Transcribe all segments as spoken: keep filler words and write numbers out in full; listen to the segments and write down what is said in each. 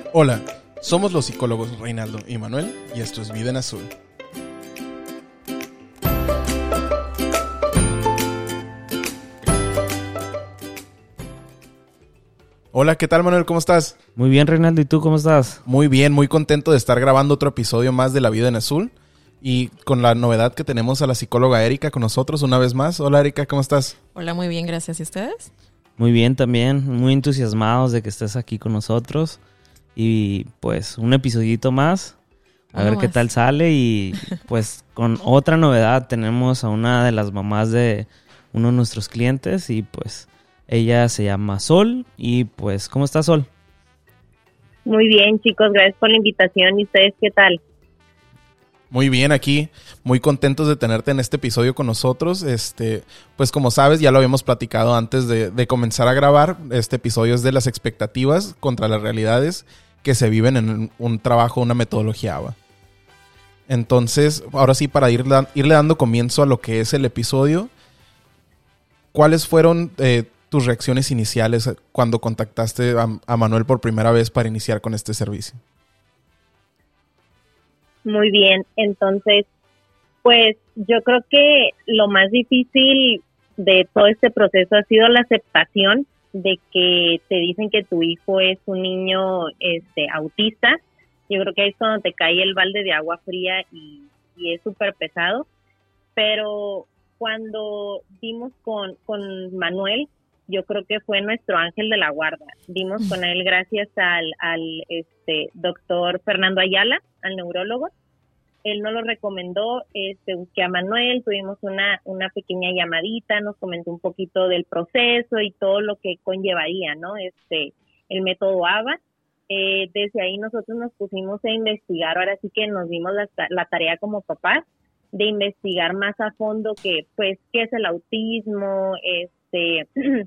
Hola, somos los psicólogos Reinaldo y Manuel y esto es Vida en Azul. Hola, ¿qué tal, Manuel? ¿Cómo estás? Muy bien, Reinaldo, ¿y tú cómo estás? Muy bien, muy contento de estar grabando otro episodio más de La Vida en Azul y con la novedad que tenemos a la psicóloga Erika con nosotros una vez más. Hola, Erika, ¿cómo estás? Hola, muy bien, gracias. ¿Y ustedes? Muy bien también, muy entusiasmados de que estés aquí con nosotros y pues un episodito más, a Uno ver más. qué tal sale y pues con otra novedad tenemos a una de las mamás de uno de nuestros clientes y pues ella se llama Sol y pues ¿cómo está Sol? Muy bien, chicos, gracias por la invitación. ¿Y ustedes qué tal? Muy bien, aquí, muy contentos de tenerte en este episodio con nosotros. Este, pues como sabes, ya lo habíamos platicado antes de, de comenzar a grabar. Este episodio es de las expectativas contra las realidades que se viven en un, un trabajo, una metodología A B A. Entonces, ahora sí, para ir, irle dando comienzo a lo que es el episodio, ¿cuáles fueron eh, tus reacciones iniciales cuando contactaste a, a Manuel por primera vez para iniciar con este servicio? Muy bien, entonces, pues yo creo que lo más difícil de todo este proceso ha sido la aceptación de que te dicen que tu hijo es un niño este autista. Yo creo que ahí es cuando te cae el balde de agua fría y, y es súper pesado, pero cuando dimos con, con Manuel, yo creo que fue nuestro ángel de la guarda. Dimos con él gracias al, al este doctor Fernando Ayala, al neurólogo. Él nos lo recomendó, este, busqué a Manuel, tuvimos una, una pequeña llamadita, nos comentó un poquito del proceso y todo lo que conllevaría, ¿no? Este, el método A B A. Eh, desde ahí nosotros nos pusimos a investigar, ahora sí que nos dimos la, la tarea como papás de investigar más a fondo que, pues, qué es el autismo, este,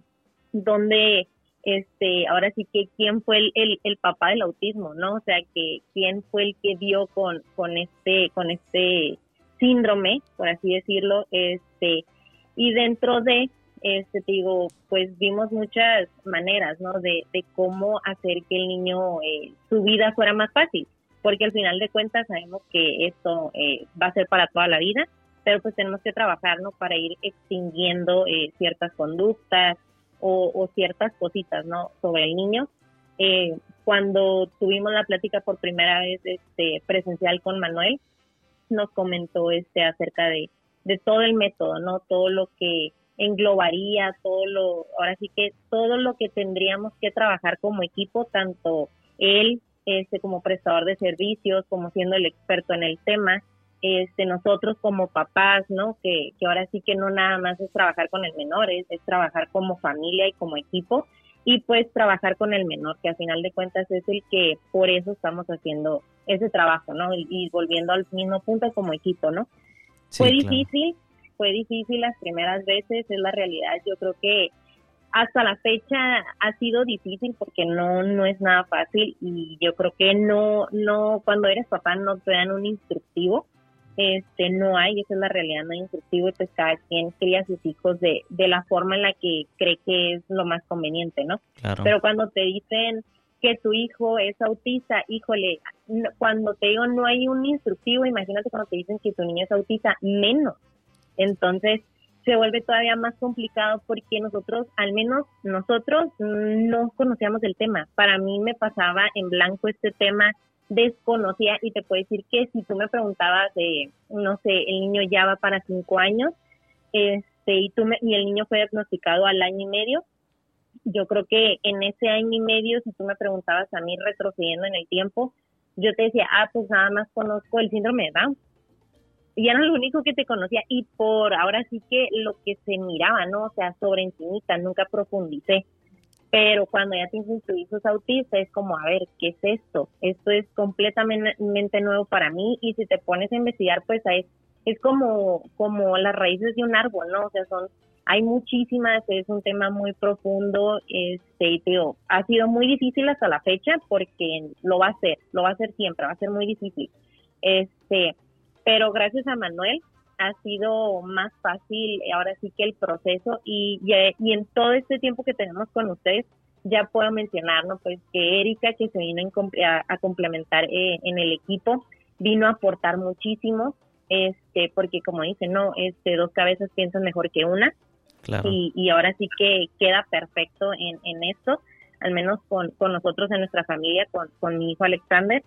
dónde, este, ahora sí que quién fue el, el, el papá del autismo, ¿no? O sea, que quién fue el que dio con, con este, con este síndrome, por así decirlo, este, y dentro de, este, te digo, pues vimos muchas maneras, ¿no? De, de cómo hacer que el niño, eh, su vida fuera más fácil, porque al final de cuentas sabemos que esto eh, va a ser para toda la vida, pero pues tenemos que trabajar, ¿no? Para ir extinguiendo eh, ciertas conductas, O, o ciertas cositas, ¿no? Sobre el niño. Eh, cuando tuvimos la plática por primera vez este, presencial con Manuel, nos comentó este acerca de, de todo el método, ¿no? Todo lo que englobaría, todo lo, ahora sí que todo lo que tendríamos que trabajar como equipo, tanto él este, como prestador de servicios, como siendo el experto en el tema, Este, nosotros como papás, ¿no? Que, que ahora sí que no nada más es trabajar con el menor, es, es trabajar como familia y como equipo, y pues trabajar con el menor, que al final de cuentas es el que por eso estamos haciendo ese trabajo, ¿no? Y, y volviendo al mismo punto como equipo, ¿no? Sí, fue claro. difícil, fue difícil las primeras veces, es la realidad. Yo creo que hasta la fecha ha sido difícil porque no no es nada fácil, y yo creo que no no cuando eres papá no te dan un instructivo. Este, no hay, esa es la realidad, no hay instructivo, y pues cada quien cría a sus hijos de, de la forma en la que cree que es lo más conveniente, ¿no? Claro. Pero cuando te dicen que tu hijo es autista, híjole, no, cuando te digo no hay un instructivo, imagínate cuando te dicen que tu niño es autista, menos. Entonces se vuelve todavía más complicado porque nosotros, al menos nosotros, no conocíamos el tema. Para mí me pasaba en blanco este tema, desconocía, y te puedo decir que si tú me preguntabas de, no sé, el niño ya va para cinco años, este, y tú me, y el niño fue diagnosticado al año y medio, yo creo que en ese año y medio, si tú me preguntabas a mí retrocediendo en el tiempo, yo te decía, ah, pues nada más conozco el síndrome de Down, y era lo único que te conocía, y por ahora sí que lo que se miraba, ¿no? O sea, sobre encimita, nunca profundicé. Pero cuando ya tienes tu hijo es autista, es como, a ver, ¿qué es esto? Esto es completamente nuevo para mí, y si te pones a investigar, pues es, es como, como las raíces de un árbol, ¿no? O sea, son, hay muchísimas, es un tema muy profundo, este, y te digo, ha sido muy difícil hasta la fecha porque lo va a ser, lo va a ser siempre, va a ser muy difícil. Este, pero gracias a Manuel, ha sido más fácil ahora sí que el proceso, y, y, y en todo este tiempo que tenemos con ustedes ya puedo mencionar, ¿no? Pues que Erika, que se vino a, a complementar eh, en el equipo, vino a aportar muchísimo, este, porque como dicen, no, este, dos cabezas piensan mejor que una. Claro. Y, y ahora sí que queda perfecto en, en esto, al menos con, con nosotros en nuestra familia, con, con mi hijo Alexander.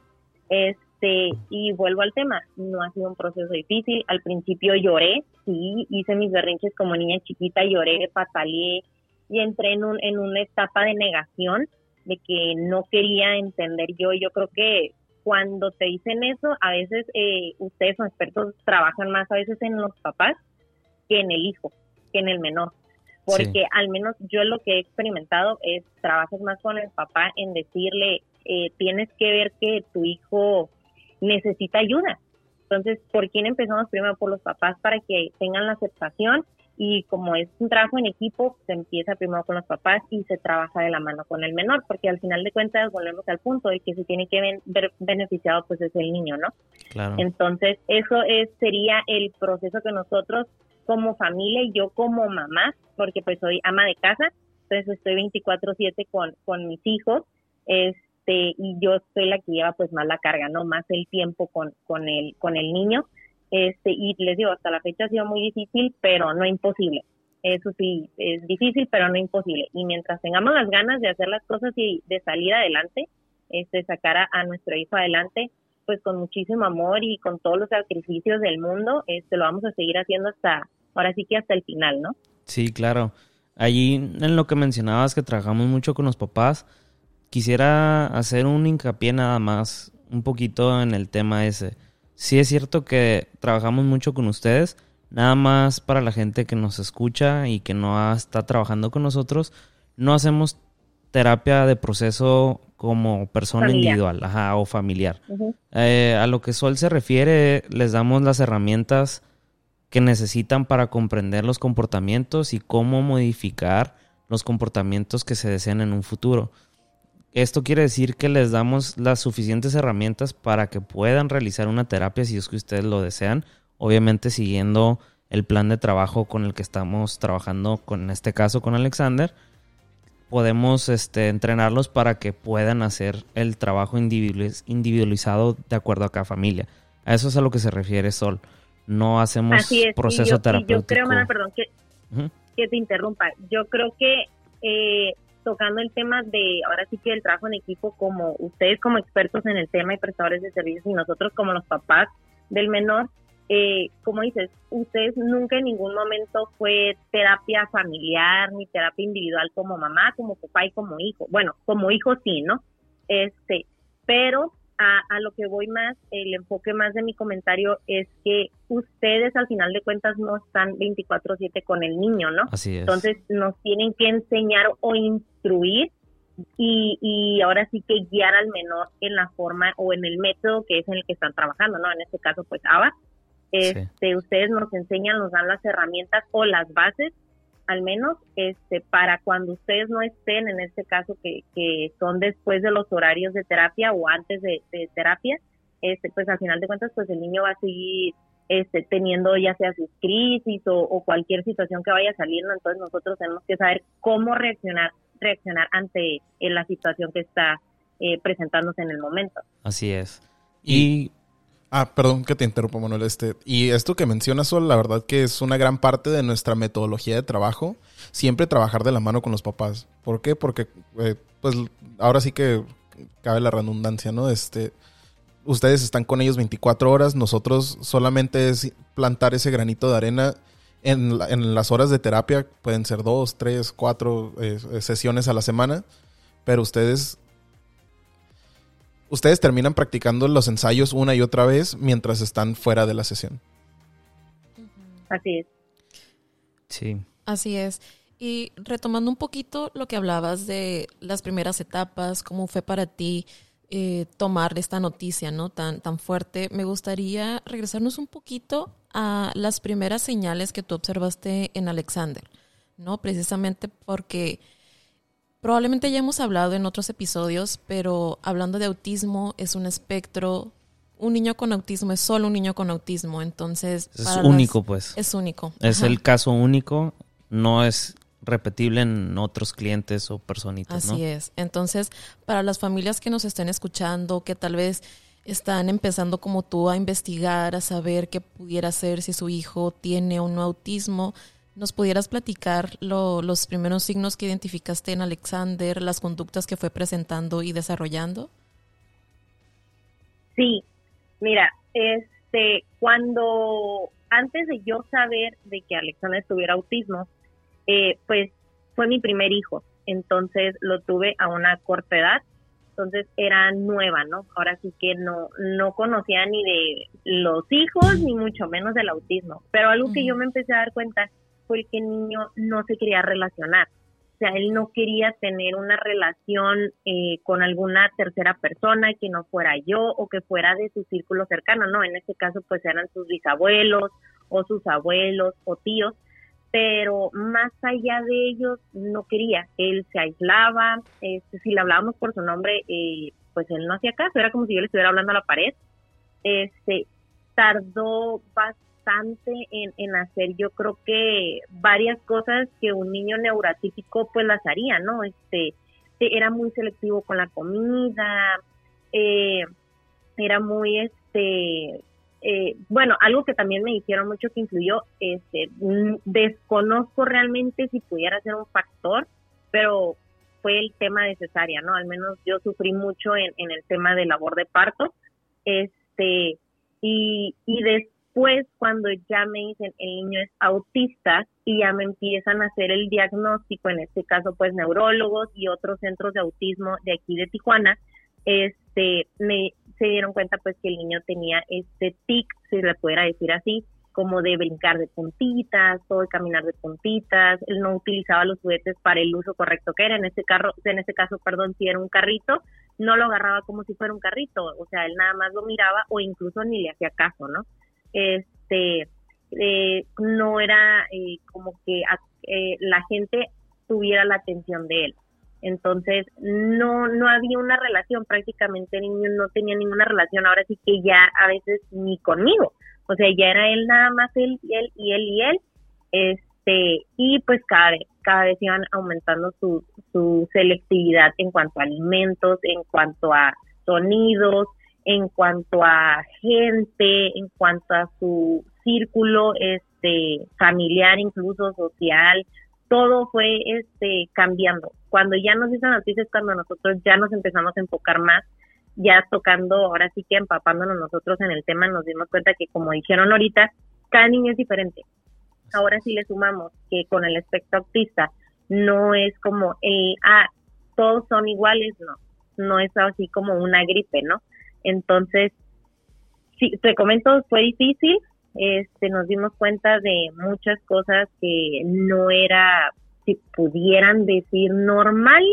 Este, y vuelvo al tema, no ha sido un proceso difícil. Al principio lloré, sí, hice mis berrinches como niña chiquita, lloré, pataleé y entré en, un, en una etapa de negación, de que no quería entender yo. Yo creo que cuando te dicen eso, a veces eh, ustedes son expertos, trabajan más a veces en los papás que en el hijo, que en el menor, porque sí. Al menos yo lo que he experimentado es, trabajas más con el papá en decirle, eh, tienes que ver que tu hijo necesita ayuda. Entonces, ¿por quién empezamos? Primero por los papás, para que tengan la aceptación, y como es un trabajo en equipo, se empieza primero con los papás y se trabaja de la mano con el menor, porque al final de cuentas volvemos al punto de que se tiene que ven, ver beneficiado, pues es el niño, ¿no? Claro. Entonces, eso es sería el proceso que nosotros como familia y yo como mamá, porque pues soy ama de casa, entonces estoy veinticuatro siete con, con mis hijos, este, y yo soy la que lleva pues más la carga, ¿no? Más el tiempo con, con el, con el niño. Este, y les digo, hasta la fecha ha sido muy difícil, pero no imposible. Eso sí, es difícil, pero no imposible. Y mientras tengamos las ganas de hacer las cosas y de salir adelante, este, sacar a, a nuestro hijo adelante, pues con muchísimo amor y con todos los sacrificios del mundo, este, lo vamos a seguir haciendo hasta, ahora sí que hasta el final, ¿no? Sí, claro. Allí en lo que mencionabas que trabajamos mucho con los papás, quisiera hacer un hincapié nada más, un poquito en el tema ese. Sí es cierto que trabajamos mucho con ustedes, nada más para la gente que nos escucha y que no está trabajando con nosotros, no hacemos terapia de proceso como persona familiar. individual, ajá, o familiar. Uh-huh. Eh, a lo que Sol se refiere, les damos las herramientas que necesitan para comprender los comportamientos y cómo modificar los comportamientos que se desean en un futuro. Esto quiere decir que les damos las suficientes herramientas para que puedan realizar una terapia si es que ustedes lo desean, obviamente siguiendo el plan de trabajo con el que estamos trabajando, con, en este caso con Alexander. Podemos este, entrenarlos para que puedan hacer el trabajo individualizado de acuerdo a cada familia. A eso es a lo que se refiere Sol. No hacemos es, proceso yo, terapéutico. Yo creo, Mana, perdón, que, uh-huh. que te interrumpa. Yo creo que... Eh, tocando el tema de, ahora sí que el trabajo en equipo, como ustedes como expertos en el tema y prestadores de servicios y nosotros como los papás del menor, eh, como dices, ustedes nunca en ningún momento fue terapia familiar ni terapia individual como mamá, como papá y como hijo. Bueno, como hijo sí, ¿no? Este, pero a, a lo que voy más, el enfoque más de mi comentario es que ustedes al final de cuentas no están veinticuatro siete con el niño, ¿no? Así es. Entonces nos tienen que enseñar o instruir y, y ahora sí que guiar al menor en la forma o en el método que es en el que están trabajando, ¿no? En este caso, pues, A B A. Este, sí. Ustedes nos enseñan, nos dan las herramientas o las bases, al menos, este, para cuando ustedes no estén, en este caso que, que son después de los horarios de terapia o antes de, de terapia, este, pues al final de cuentas, pues el niño va a seguir este, teniendo ya sea sus crisis o, o cualquier situación que vaya saliendo. Entonces nosotros tenemos que saber cómo reaccionar, reaccionar ante eh, la situación que está eh, presentándose en el momento. Así es. Y... Ah, perdón que te interrumpa, Manuel. Este, y esto que mencionas, Sol, la verdad que es una gran parte de nuestra metodología de trabajo. Siempre trabajar de la mano con los papás. ¿Por qué? Porque, eh, pues, ahora sí que cabe la redundancia, ¿no? Este, ustedes están con ellos veinticuatro horas. Nosotros solamente es plantar ese granito de arena en, la, en las horas de terapia. Pueden ser dos, tres, cuatro eh, sesiones a la semana. Pero ustedes... Ustedes terminan practicando los ensayos una y otra vez mientras están fuera de la sesión. Así es. Sí. Así es. Y retomando un poquito lo que hablabas de las primeras etapas, cómo fue para ti eh, tomar esta noticia, ¿no? Tan, tan fuerte, me gustaría regresarnos un poquito a las primeras señales que tú observaste en Alexander, ¿no? Precisamente porque... Probablemente ya hemos hablado en otros episodios, pero hablando de autismo es un espectro. Un niño con autismo es solo un niño con autismo, entonces... Es único, las, pues. Es único. Es Ajá. el caso único, no es repetible en otros clientes o personitas, ¿no? Así es. Entonces, para las familias que nos estén escuchando, que tal vez están empezando como tú a investigar, a saber qué pudiera ser si su hijo tiene o no autismo, ¿nos pudieras platicar lo, los primeros signos que identificaste en Alexander, las conductas que fue presentando y desarrollando? Sí, mira, este, cuando antes de yo saber de que Alexander tuviera autismo, eh, pues fue mi primer hijo, entonces lo tuve a una corta edad, entonces era nueva, ¿no? Ahora sí que no, no conocía ni de los hijos, ni mucho menos del autismo, pero algo uh-huh. que yo me empecé a dar cuenta fue que el niño no se quería relacionar, o sea, él no quería tener una relación eh, con alguna tercera persona que no fuera yo o que fuera de su círculo cercano, ¿no? En este caso, pues eran sus bisabuelos o sus abuelos o tíos, pero más allá de ellos no quería, él se aislaba, este, si le hablábamos por su nombre, eh, pues él no hacía caso, era como si yo le estuviera hablando a la pared. Este, tardó bastante en, en hacer, yo creo que varias cosas que un niño neuroatípico pues las haría, ¿no? Este, era muy selectivo con la comida, eh, era muy, este... Eh, bueno, algo que también me dijeron mucho que influyó, este, desconozco realmente si pudiera ser un factor, pero fue el tema de cesárea, ¿no? Al menos yo sufrí mucho en, en el tema de labor de parto, este, y, y después cuando ya me dicen el niño es autista y ya me empiezan a hacer el diagnóstico, en este caso pues neurólogos y otros centros de autismo de aquí de Tijuana, este, me se dieron cuenta pues que el niño tenía este tic, si le pudiera decir así, como de brincar de puntitas o de caminar de puntitas. Él no utilizaba los juguetes para el uso correcto que era. En este carro, en este caso, perdón, si era un carrito, no lo agarraba como si fuera un carrito, o sea, él nada más lo miraba o incluso ni le hacía caso, ¿no? Este, eh, no era eh, como que eh, la gente tuviera la atención de él. Entonces, no no había una relación, prácticamente el niño no tenía ninguna relación, ahora sí que ya a veces ni conmigo, o sea, ya era él nada más, él y él y él y él, este, y pues cada vez, cada vez iban aumentando su, su selectividad en cuanto a alimentos, en cuanto a sonidos, en cuanto a gente, en cuanto a su círculo este familiar, incluso social. Todo fue este cambiando. Cuando ya nos hizo noticias, cuando nosotros ya nos empezamos a enfocar más, ya tocando, ahora sí que empapándonos nosotros en el tema, nos dimos cuenta que, como dijeron ahorita, cada niño es diferente. Ahora sí le sumamos que con el espectro autista no es como, eh, ah, todos son iguales, no, no es así como una gripe, ¿no? Entonces, sí, te comento, fue difícil. Este, nos dimos cuenta de muchas cosas que no era, si pudieran decir, normales,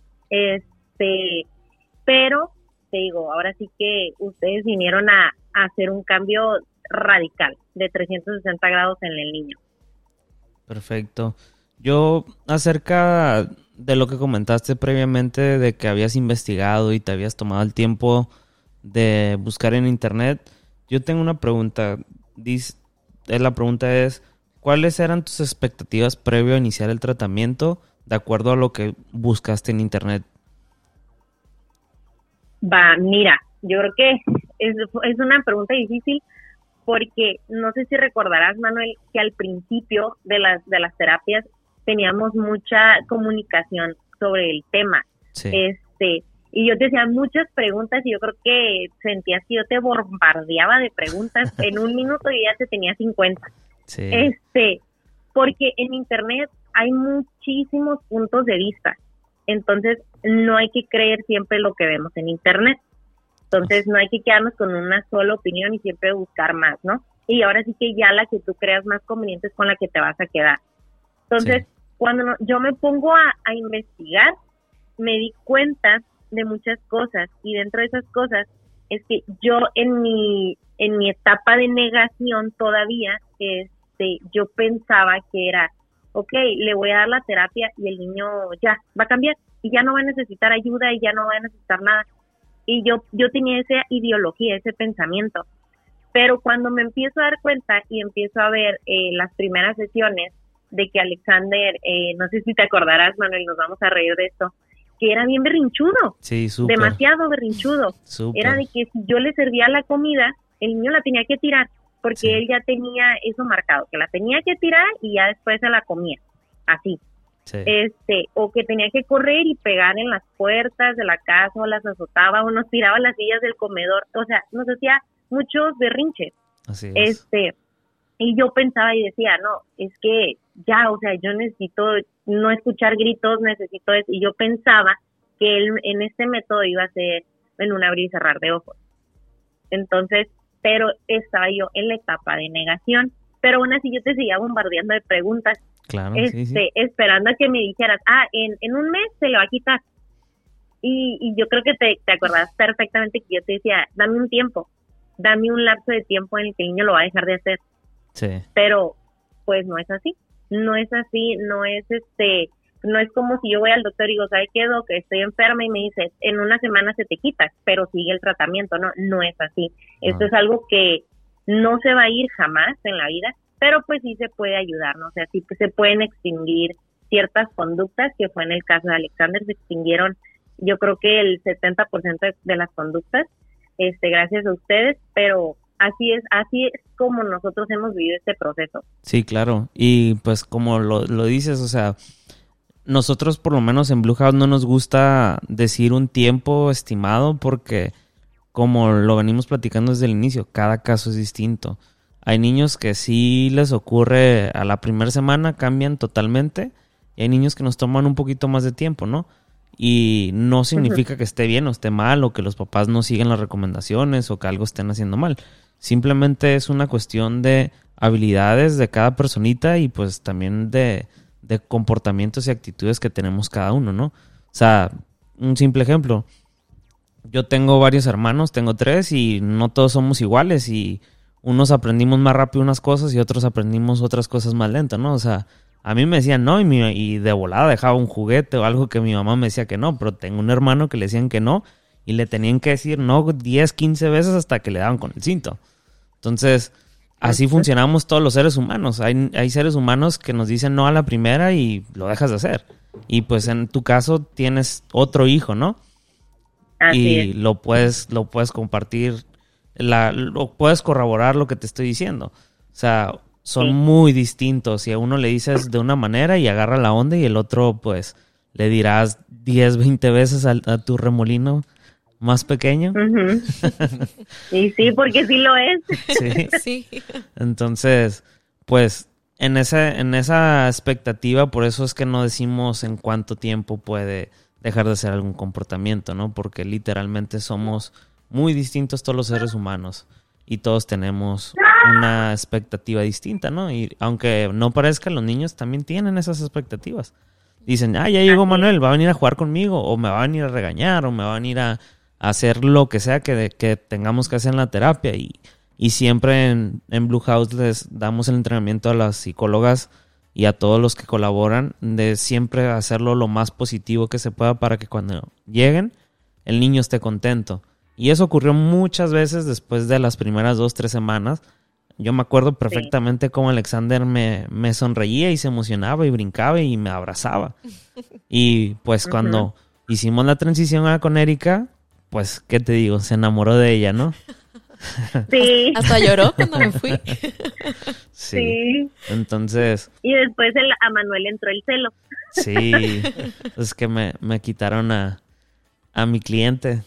este, pero te digo, ahora sí que ustedes vinieron a, a hacer un cambio radical de trescientos sesenta grados en el niño. Perfecto. Yo, acerca de lo que comentaste previamente, de que habías investigado y te habías tomado el tiempo de buscar en internet, yo tengo una pregunta. Dice, la pregunta es, ¿cuáles eran tus expectativas previo a iniciar el tratamiento de acuerdo a lo que buscaste en internet? Va, mira, yo creo que es, es una pregunta difícil porque no sé si recordarás, Manuel, que al principio de las de las terapias teníamos mucha comunicación sobre el tema. Sí. Este, y yo te hacía muchas preguntas y yo creo que sentías que yo te bombardeaba de preguntas. En un minuto y ya te tenía cincuenta. Sí. Este, porque en internet hay muchísimos puntos de vista. Entonces, no hay que creer siempre lo que vemos en internet. Entonces, no hay que quedarnos con una sola opinión y siempre buscar más, ¿no? Y ahora sí que ya la que tú creas más conveniente es con la que te vas a quedar. Entonces, sí. cuando no, yo me pongo a, a investigar, me di cuenta de muchas cosas, y dentro de esas cosas es que yo en mi en mi etapa de negación todavía, este, yo pensaba que era, ok, le voy a dar la terapia y el niño ya va a cambiar y ya no va a necesitar ayuda y ya no va a necesitar nada. Y yo yo tenía esa ideología, ese pensamiento. Pero cuando me empiezo a dar cuenta y empiezo a ver eh, las primeras sesiones, de que Alexander, eh, no sé si te acordarás, Manuel, nos vamos a reír de esto, que era bien berrinchudo. Sí, súper. Demasiado berrinchudo. Súper. Era de que si yo le servía la comida, el niño la tenía que tirar, porque Sí. él ya tenía eso marcado, que la tenía que tirar y ya después se la comía, así. Sí. Este, o que tenía que correr y pegar en las puertas de la casa, o las azotaba, o nos tiraba las sillas del comedor, o sea, nos hacía muchos berrinches. Así es. Este, y yo pensaba y decía, no, es que ya, o sea, yo necesito no escuchar gritos, necesito eso, y yo pensaba que él en este método iba a ser en un abrir y cerrar de ojos. Entonces, pero estaba yo en la etapa de negación, pero aún así yo te seguía bombardeando de preguntas, Claro, este, sí, sí. esperando a que me dijeras, ah, en, en un mes se le va a quitar. Y, y yo creo que te, te acordás perfectamente que yo te decía, dame un tiempo, dame un lapso de tiempo en el que el niño lo va a dejar de hacer. Sí. Pero pues no es así, no es así, no es este, no es como si yo voy al doctor y digo, ¿sabe qué, doc? Estoy enferma y me dice, en una semana se te quita, pero sigue el tratamiento, no, no es así. Esto No. es algo que no se va a ir jamás en la vida, pero pues sí se puede ayudar, ¿no? O sea, sí se pueden extinguir ciertas conductas, que fue en el caso de Alexander, se extinguieron, yo creo que el setenta por ciento de, de las conductas, este, gracias a ustedes, pero así es, así es como nosotros hemos vivido este proceso. Sí, claro. Y pues como lo, lo dices, o sea, nosotros por lo menos en Blue House no nos gusta decir un tiempo estimado porque como lo venimos platicando desde el inicio, cada caso es distinto. Hay niños que sí les ocurre a la primera semana, cambian totalmente, y hay niños que nos toman un poquito más de tiempo, ¿no? Y no significa uh-huh. que esté bien o esté mal, o que los papás no siguen las recomendaciones, o que algo estén haciendo mal. Simplemente es una cuestión de habilidades de cada personita y pues también de, de comportamientos y actitudes que tenemos cada uno, ¿no? O sea, un simple ejemplo. Yo tengo varios hermanos, tengo tres, y no todos somos iguales, y unos aprendimos más rápido unas cosas y otros aprendimos otras cosas más lento, ¿no? O sea, a mí me decían no y, mi, y de volada dejaba un juguete o algo que mi mamá me decía que no, pero tengo un hermano que le decían que no y le tenían que decir no diez, quince veces hasta que le daban con el cinto. Entonces, así funcionamos todos los seres humanos. Hay, hay seres humanos que nos dicen no a la primera y lo dejas de hacer. Y pues en tu caso tienes otro hijo, ¿no? Así y es. lo puedes, lo puedes compartir, la, lo puedes corroborar lo que te estoy diciendo. O sea, son sí. muy distintos. Y a uno le dices de una manera y agarra la onda, y el otro, pues, le dirás diez, veinte veces a, a tu remolino más pequeño. Uh-huh. Y sí, porque sí lo es. Sí. Sí. Entonces, pues, en esa, en esa expectativa, por eso es que no decimos en cuánto tiempo puede dejar de hacer algún comportamiento, ¿no? Porque literalmente somos muy distintos todos los seres humanos y todos tenemos una expectativa distinta, ¿no? Y aunque no parezca, los niños también tienen esas expectativas. Dicen, ah, ya llegó Manuel, va a venir a jugar conmigo, o me va a venir a regañar, o me va a venir a, a hacer lo que sea que, que tengamos que hacer en la terapia. Y, y siempre en, en Blue House les damos el entrenamiento a las psicólogas y a todos los que colaboran de siempre hacerlo lo más positivo que se pueda para que cuando lleguen el niño esté contento. Y eso ocurrió muchas veces después de las primeras dos, tres semanas. Yo me acuerdo perfectamente sí. cómo Alexander me, me sonreía y se emocionaba y brincaba y me abrazaba. Y pues uh-huh. cuando hicimos la transición con Erika, pues, ¿qué te digo? Se enamoró de ella, ¿no? Sí. Hasta lloró cuando me fui. Sí. Sí. Entonces. Y después el, a Manuel entró el celo. Sí. Es que me, me quitaron a, a mi cliente.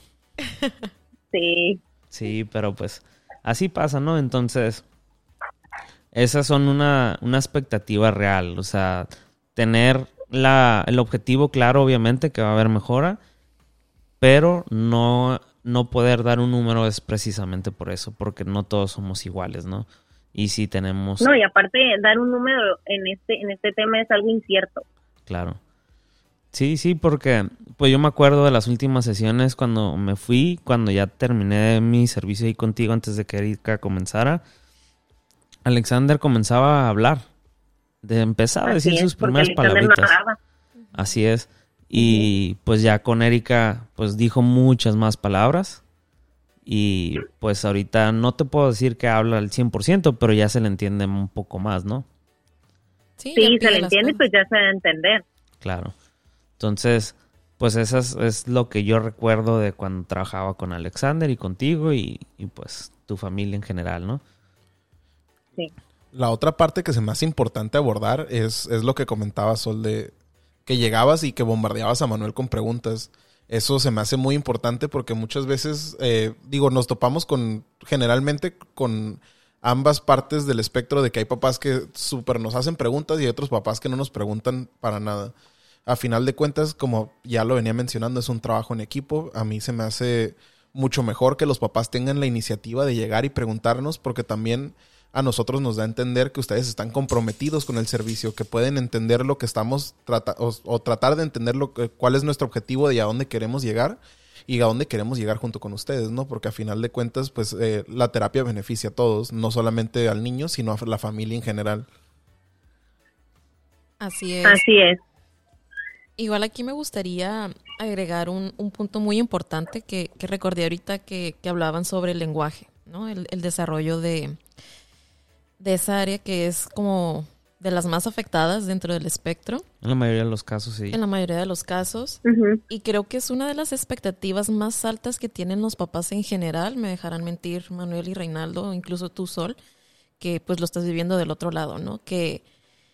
Sí. Sí, pero pues así pasa, ¿no? Entonces, esas son una, una expectativa real. O sea, tener la, el objetivo claro, obviamente, que va a haber mejora, pero no, no poder dar un número es precisamente por eso, porque no todos somos iguales, ¿no? Y si tenemos... No, y aparte dar un número en este, en este tema es algo incierto. Claro. Sí, sí, porque pues yo me acuerdo de las últimas sesiones cuando me fui, cuando ya terminé mi servicio ahí contigo antes de que Erika comenzara. Alexander comenzaba a hablar, de empezaba a decir es, sus primeras palabritas. No Así es. Y pues ya con Erika pues dijo muchas más palabras. Y pues ahorita no te puedo decir que habla al cien por ciento, pero ya se le entiende un poco más, ¿no? Sí, Sí, ya se le pide las entiende y cosas. pues ya se debe entender. Claro. Entonces, pues eso es, es lo que yo recuerdo de cuando trabajaba con Alexander y contigo y, y pues tu familia en general, ¿no? Sí. La otra parte que se me hace importante abordar es, es lo que comentaba Sol, de que llegabas y que bombardeabas a Manuel con preguntas. Eso se me hace muy importante porque muchas veces, eh, digo, nos topamos con, generalmente con ambas partes del espectro de que hay papás que súper nos hacen preguntas y hay otros papás que no nos preguntan para nada. A final de cuentas, como ya lo venía mencionando, es un trabajo en equipo. A mí se me hace mucho mejor que los papás tengan la iniciativa de llegar y preguntarnos, porque también a nosotros nos da a entender que ustedes están comprometidos con el servicio, que pueden entender lo que estamos trata o, o tratar de entender lo que, cuál es nuestro objetivo y a dónde queremos llegar y a dónde queremos llegar junto con ustedes, ¿no? Porque a final de cuentas, pues eh, la terapia beneficia a todos, no solamente al niño, sino a la familia en general. Así es. Así es. Igual aquí me gustaría agregar un, un punto muy importante que, que recordé ahorita que, que hablaban sobre el lenguaje, ¿no? El, el desarrollo de, de esa área que es como de las más afectadas dentro del espectro, En la mayoría de los casos, sí. en la mayoría de los casos. Ujú. Y creo que es una de las expectativas más altas que tienen los papás en general. Me dejarán mentir Manuel y Reinaldo, incluso tú, Sol, que pues lo estás viviendo del otro lado, ¿no? Que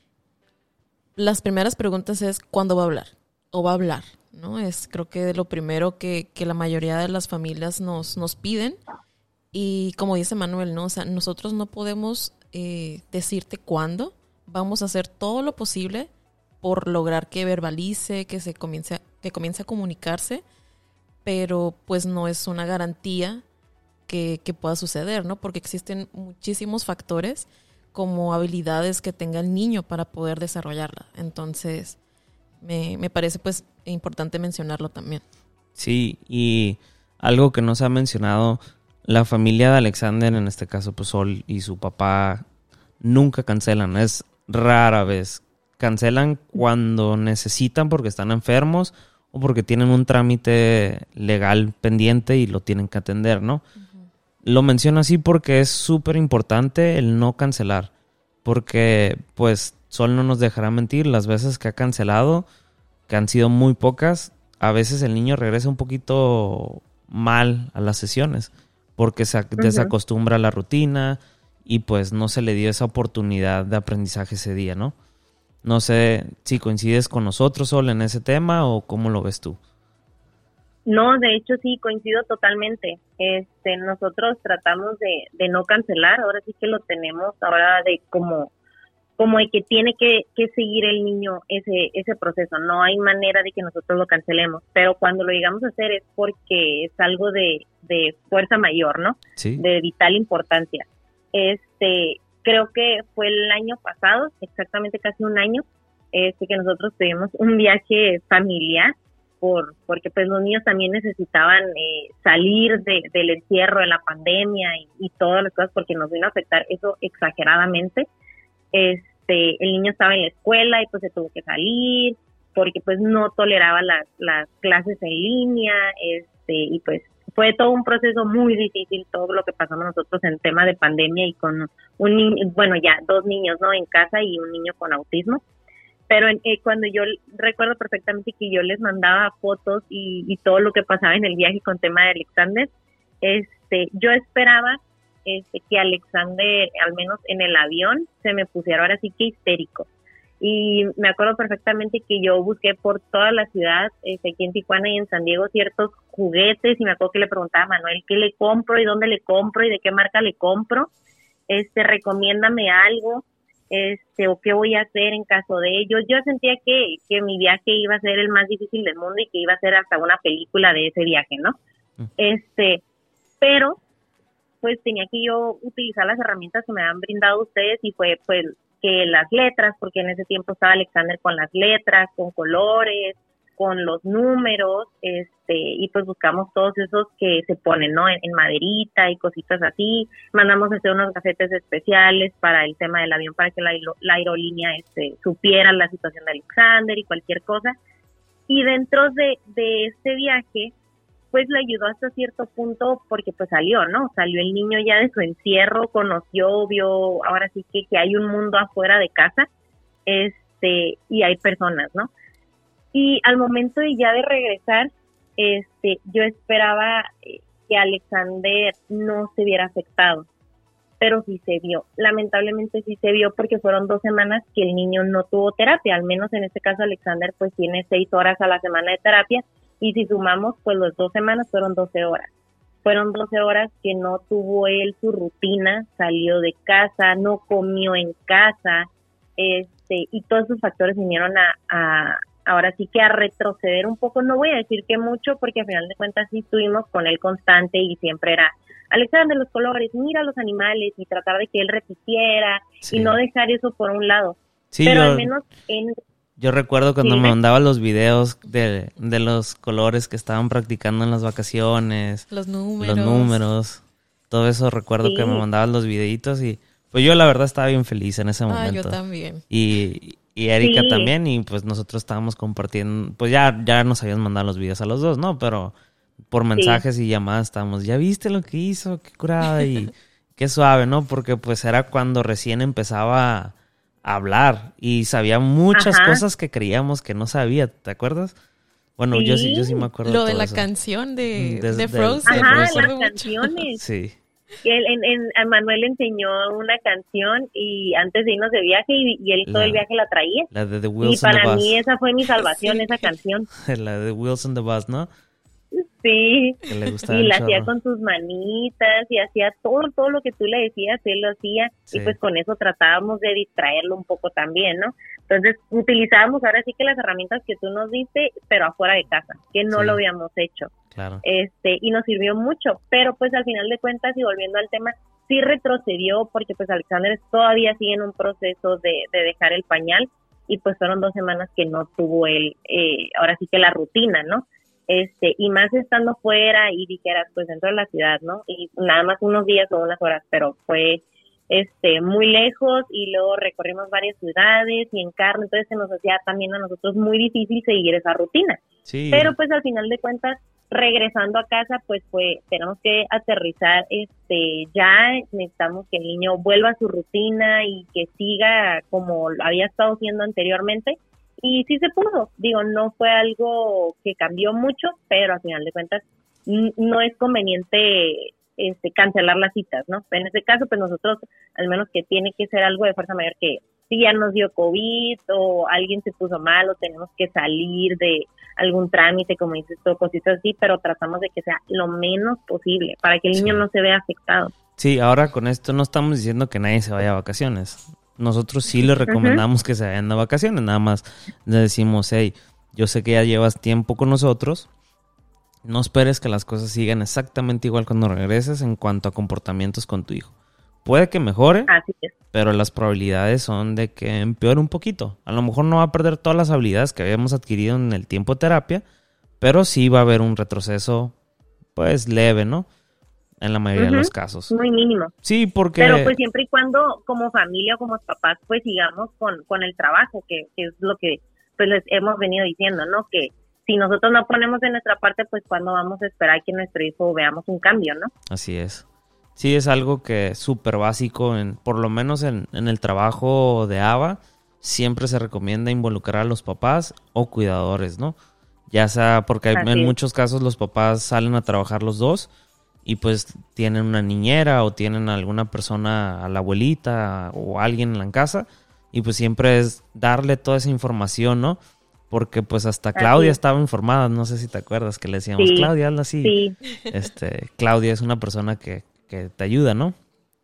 las primeras preguntas es ¿cuándo va a hablar? O va a hablar, ¿no? Es creo que lo primero que, que la mayoría de las familias nos, nos piden. Y como dice Manuel, ¿no? O sea, nosotros no podemos eh, decirte cuándo. Vamos a hacer todo lo posible por lograr que verbalice, que se comience a, que comience a comunicarse, pero pues no es una garantía que, que pueda suceder, ¿no? Porque existen muchísimos factores como habilidades que tenga el niño para poder desarrollarla. Entonces, me, me parece pues importante mencionarlo también. Sí, y algo que no se ha mencionado, la familia de Alexander, en este caso pues Sol y su papá, nunca cancelan, es rara vez. Cancelan cuando necesitan porque están enfermos o porque tienen un trámite legal pendiente y lo tienen que atender, ¿no? Uh-huh. Lo menciono así porque es súper importante el no cancelar, porque pues Sol no nos dejará mentir, las veces que ha cancelado, que han sido muy pocas, a veces el niño regresa un poquito mal a las sesiones porque se uh-huh. desacostumbra a la rutina y pues no se le dio esa oportunidad de aprendizaje ese día, ¿no? No sé si coincides con nosotros, Sol, en ese tema o cómo lo ves tú. No, de hecho sí, coincido totalmente. Este, nosotros tratamos de, de no cancelar, ahora sí que lo tenemos ahora de como, como de que tiene que, que seguir el niño ese, ese proceso. No hay manera de que nosotros lo cancelemos, pero cuando lo llegamos a hacer es porque es algo de, de fuerza mayor, ¿no? Sí. De vital importancia. Este, creo que fue el año pasado, exactamente casi un año, este, que nosotros tuvimos un viaje familiar, por porque pues los niños también necesitaban eh, salir de, del encierro de la pandemia y, y todas las cosas, porque nos vino a afectar eso exageradamente. Este, el niño estaba en la escuela y pues se tuvo que salir, porque pues no toleraba las, las clases en línea, este, y pues fue todo un proceso muy difícil, todo lo que pasamos nosotros en tema de pandemia y con un niño, bueno ya dos niños, ¿no? En casa y un niño con autismo. Pero eh, cuando yo recuerdo perfectamente que yo les mandaba fotos y, y todo lo que pasaba en el viaje con tema de Alexander, este, yo esperaba este, que Alexander, al menos en el avión, se me pusiera ahora sí que histérico. Y me acuerdo perfectamente que yo busqué por toda la ciudad, este, aquí en Tijuana y en San Diego, ciertos juguetes, y me acuerdo que le preguntaba a Manuel qué le compro y dónde le compro y de qué marca le compro, este, recomiéndame algo. Este, o qué voy a hacer en caso de ello. Yo sentía que, que mi viaje iba a ser el más difícil del mundo y que iba a ser hasta una película de ese viaje, ¿no? Mm. Este, pero, pues tenía que yo utilizar las herramientas que me han brindado ustedes y fue, pues, que las letras, porque en ese tiempo estaba Alexander con las letras, con colores, con los números, este, y pues buscamos todos esos que se ponen, ¿no? En, en maderita y cositas así. Mandamos a hacer unos gacetes especiales para el tema del avión, para que la, la aerolínea este, supiera la situación de Alexander y cualquier cosa. Y dentro de, de este viaje, pues le ayudó hasta cierto punto porque pues salió, ¿no? Salió el niño ya de su encierro, conoció, vio, ahora sí que, que hay un mundo afuera de casa. este, y hay personas, ¿no? Y al momento de ya de regresar, este, yo esperaba que Alexander no se viera afectado, pero sí se vio. Lamentablemente sí se vio porque fueron dos semanas que el niño no tuvo terapia, al menos en este caso Alexander pues tiene seis horas a la semana de terapia, y si sumamos pues las dos semanas fueron doce horas. Fueron doce horas que no tuvo él su rutina, salió de casa, no comió en casa, este, y todos esos factores vinieron a, a ahora sí que a retroceder un poco. No voy a decir que mucho, porque al final de cuentas sí estuvimos con él constante y siempre era Alexander, los colores, mira los animales, y tratar de que él repitiera, sí, y no dejar eso por un lado. Sí, pero yo, al menos en... Yo recuerdo cuando sí, me mandaba los videos de, de los colores que estaban practicando en las vacaciones. Los números. Los números. Todo eso recuerdo sí. que me mandaban los videitos y pues yo la verdad estaba bien feliz en ese momento. Ah, yo también. Y, y Erika sí. también, y pues nosotros estábamos compartiendo, pues ya, ya nos habían mandado los videos a los dos, ¿no? Pero por mensajes sí. y llamadas estábamos, ¿ya viste lo que hizo? Qué curada y qué suave, ¿no? Porque pues era cuando recién empezaba a hablar y sabía muchas Ajá. cosas que creíamos que no sabía, ¿te acuerdas? Bueno, sí. yo sí, yo sí me acuerdo Lo de todo la eso. canción de, de, de de Frozen. Ajá, Frozen. las canciones. Sí. Él, en, en, a Manuel le enseñó una canción y antes de irnos de viaje y, y él la, todo el viaje la traía. La de The Wheels y para on the mí Bus. esa fue mi salvación, sí. esa canción. La de The Wheels on the Bus, ¿no? Sí, que le gustaba y la chorro. hacía con sus manitas y hacía todo, todo lo que tú le decías, él lo hacía, sí. y pues con eso tratábamos de distraerlo un poco también, ¿no? Entonces utilizábamos ahora sí que las herramientas que tú nos diste, pero afuera de casa, que no sí. lo habíamos hecho. Claro. Este, y nos sirvió mucho, pero pues al final de cuentas, y volviendo al tema, sí retrocedió porque pues Alexander todavía sigue en un proceso de, de dejar el pañal, y pues fueron dos semanas que no tuvo él, eh, ahora sí que la rutina, ¿no? Este, y más estando fuera y dijeras, pues dentro de la ciudad, ¿no? Y nada más unos días o unas horas, pero fue este muy lejos y luego recorrimos varias ciudades y en carro, entonces se nos hacía también a nosotros muy difícil seguir esa rutina. Sí. Pero pues al final de cuentas, regresando a casa, pues fue, tenemos que aterrizar, este, ya necesitamos que el niño vuelva a su rutina y que siga como había estado haciendo anteriormente. Y sí se pudo, digo, no fue algo que cambió mucho, pero al final de cuentas n- no es conveniente este, cancelar las citas, ¿no? En este caso, pues nosotros, al menos que tiene que ser algo de fuerza mayor, que si ya nos dio COVID o alguien se puso mal o tenemos que salir de algún trámite, como dices tú, cositas así, pero tratamos de que sea lo menos posible para que el niño sí. no se vea afectado. Sí, ahora con esto no estamos diciendo que nadie se vaya a vacaciones. Nosotros sí les recomendamos uh-huh. que se vayan de vacaciones, nada más le decimos, hey, yo sé que ya llevas tiempo con nosotros, no esperes que las cosas sigan exactamente igual cuando regreses en cuanto a comportamientos con tu hijo. Puede que mejore, Así es. pero las probabilidades son de que empeore un poquito. A lo mejor no va a perder todas las habilidades que habíamos adquirido en el tiempo de terapia, pero sí va a haber un retroceso, pues, leve, ¿no? En la mayoría uh-huh. de los casos. Muy mínimo. Sí, porque... Pero pues siempre y cuando como familia o como papás pues sigamos con, con el trabajo, que, que es lo que pues les hemos venido diciendo, ¿no? Que si nosotros no ponemos de nuestra parte, pues cuando vamos a esperar que nuestro hijo veamos un cambio, ¿no? Así es. Sí, es algo que es súper básico, en, por lo menos en, en el trabajo de A B A, siempre se recomienda involucrar a los papás o cuidadores, ¿no? Ya sea porque hay, en muchos casos los papás salen a trabajar los dos, y pues tienen una niñera o tienen alguna persona, a la abuelita o alguien en la casa, y pues siempre es darle toda esa información, ¿no? Porque pues hasta Claudia estaba informada, no sé si te acuerdas que le decíamos, sí, Claudia, hazlo así. Sí. Este, Claudia es una persona que, que te ayuda, ¿no?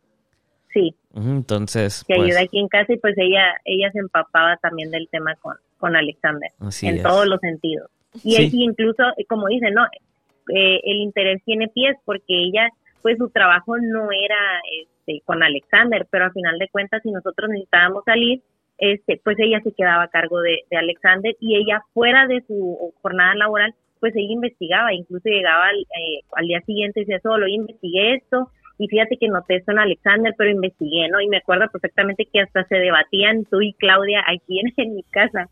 Sí. Uh-huh, entonces, que pues, ayuda aquí en casa y pues ella ella se empapaba también del tema con, con Alexander, así en es. todos los sentidos. Y, Sí. él, y incluso, como dice, ¿no? Eh, el interés tiene pies porque ella, pues su trabajo no era este con Alexander, pero al final de cuentas si nosotros necesitábamos salir, este pues ella se quedaba a cargo de, de Alexander y ella fuera de su jornada laboral, pues ella investigaba, incluso llegaba al, eh, al día siguiente y decía, solo investigué esto y fíjate que noté esto en Alexander, pero investigué, ¿no? Y me acuerdo perfectamente que hasta se debatían tú y Claudia aquí en, en mi casa.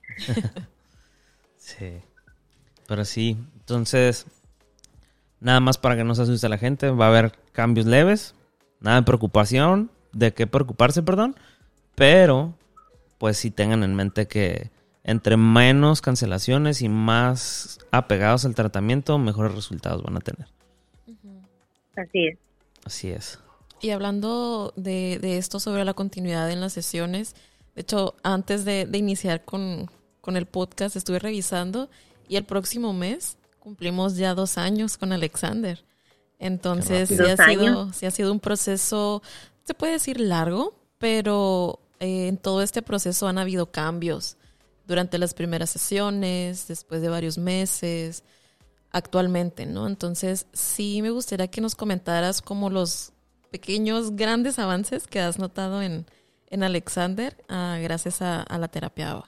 Sí, pero sí, entonces... Nada más para que no se asuste la gente, va a haber cambios leves, nada de preocupación, de qué preocuparse, perdón, pero pues sí tengan en mente que entre menos cancelaciones y más apegados al tratamiento, mejores resultados van a tener. Así es. Así es. Y hablando de, de esto sobre la continuidad en las sesiones, de hecho, antes de, de iniciar con, con el podcast, estuve revisando y el próximo mes cumplimos ya dos años con Alexander. Entonces, sí ha, sido, sí ha sido un proceso, se puede decir largo, pero eh, en todo este proceso han habido cambios durante las primeras sesiones, después de varios meses, actualmente, ¿no? Entonces, sí me gustaría que nos comentaras como los pequeños, grandes avances que has notado en, en Alexander uh, gracias a, a la terapia A B A.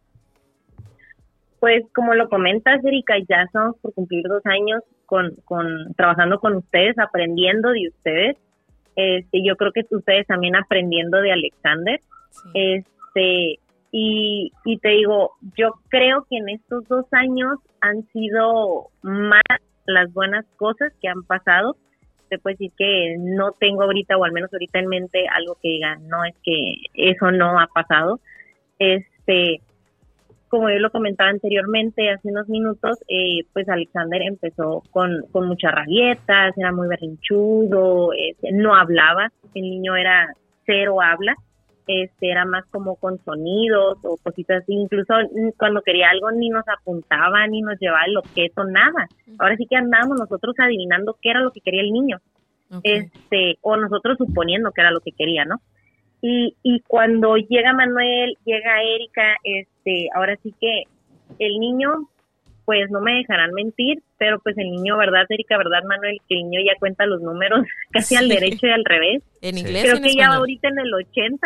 Pues como lo comentas, Erika, ya estamos por cumplir dos años con, con trabajando con ustedes, aprendiendo de ustedes. Este, yo creo que ustedes también aprendiendo de Alexander. Sí. Este, y, y te digo, yo creo que en estos dos años han sido más las buenas cosas que han pasado. Te puedo decir que no tengo ahorita, o al menos ahorita en mente, algo que diga, no, es que eso no ha pasado. Este, como yo lo comentaba anteriormente, hace unos minutos, eh, pues Alexander empezó con, con muchas rabietas, era muy berrinchudo, este, no hablaba, el niño era cero habla, este, era más como con sonidos o cositas así, incluso cuando quería algo ni nos apuntaba, ni nos llevaba el objeto, nada. Ahora sí que andábamos nosotros adivinando qué era lo que quería el niño, okay. este, o nosotros suponiendo que era lo que quería, ¿no? Y, y cuando llega Manuel, llega Erika, este, ahora sí que el niño, pues no me dejarán mentir, pero pues el niño, ¿verdad, Erika? ¿Verdad, Manuel? Que el niño ya cuenta los números casi sí. al derecho y al revés. En inglés. Creo en que español. Ya va ahorita en el ochenta.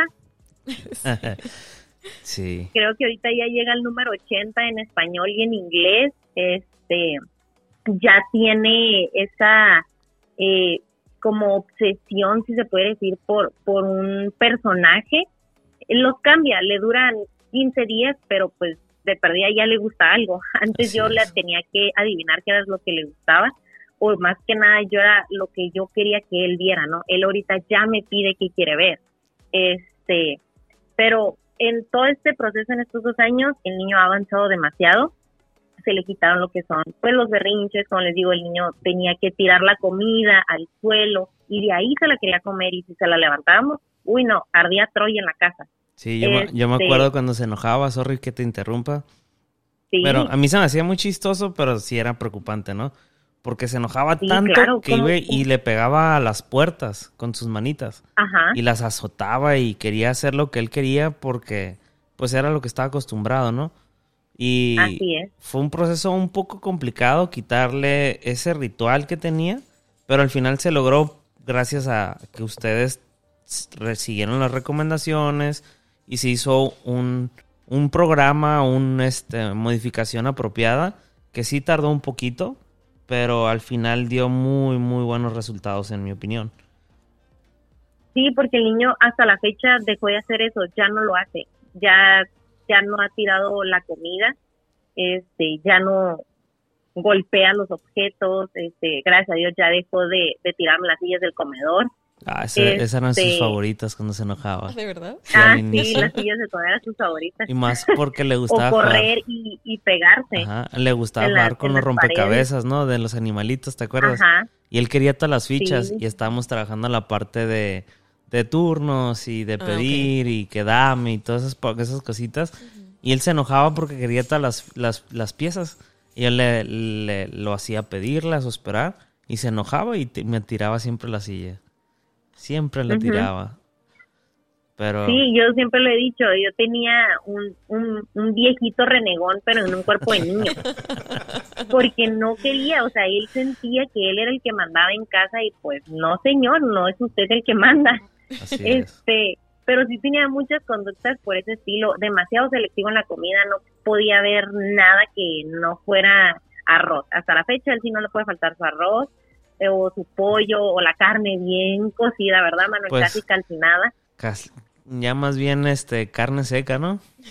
Sí. Creo que ahorita ya llega el número ochenta en español y en inglés. Este, ya tiene esa eh, como obsesión, si se puede decir, por, por un personaje. Los cambia, le duran quince días, pero pues de perdida ya le gusta algo. Antes Así yo es. la tenía que adivinar qué era lo que le gustaba, o más que nada yo era lo que yo quería que él viera, ¿no? Él ahorita ya me pide qué quiere ver. Este, pero en todo este proceso, en estos dos años, el niño ha avanzado demasiado. Se le quitaron lo que son, pues, los berrinches. Como les digo, el niño tenía que tirar la comida al suelo y de ahí se la quería comer, y si se la levantábamos, uy no, ardía Troya en la casa. Sí, yo, este, me, yo me acuerdo cuando se enojaba, sorry que te interrumpa, sí. Pero a mí se me hacía muy chistoso, pero sí era preocupante, ¿no? Porque se enojaba sí, tanto claro, que iba y le pegaba a las puertas con sus manitas. Ajá. Y las azotaba y quería hacer lo que él quería porque pues era lo que estaba acostumbrado, ¿no? Y Así es. Fue un proceso un poco complicado quitarle ese ritual que tenía, pero al final se logró gracias a que ustedes siguieron las recomendaciones y se hizo un, un programa, una este, modificación apropiada que sí tardó un poquito, pero al final dio muy, muy buenos resultados, en mi opinión. Sí, porque el niño hasta la fecha dejó de hacer eso, ya no lo hace, ya ya no ha tirado la comida, este, ya no golpea los objetos, este, gracias a Dios ya dejó de, de tirarme las sillas del comedor. Ah, ese, este, esas eran sus favoritas cuando se enojaba. ¿De verdad? Sí, ah, sí, las sillas del comedor eran sus favoritas. Y más porque le gustaba o correr jugar. Y, y pegarse. Ajá, le gustaba jugar la, con los rompecabezas, paredes. ¿No? De los animalitos, ¿te acuerdas? Ajá. Y él quería todas las fichas, sí. Y estábamos trabajando la parte de, de turnos y de pedir, ah, okay. Y que dame y todas esas, esas cositas. Uh-huh. Y él se enojaba porque quería todas las, las, las piezas. Y él le, le, lo hacía pedirlas o esperar. Y se enojaba y te, me tiraba siempre la silla. Siempre la uh-huh. tiraba. Pero... Sí, yo siempre lo he dicho. Yo tenía un, un, un viejito renegón, pero en un cuerpo de niño. Porque no quería, o sea, él sentía que él era el que mandaba en casa. Y pues, no señor, no es usted el que manda. Así este... es. Pero sí tenía muchas conductas por ese estilo, demasiado selectivo en la comida, no podía haber nada que no fuera arroz. Hasta la fecha él sí no le puede faltar su arroz, eh, o su pollo, o la carne bien cocida, ¿verdad, Manuel? Pues, casi calcinada. Casi, ya más bien este carne seca, ¿no?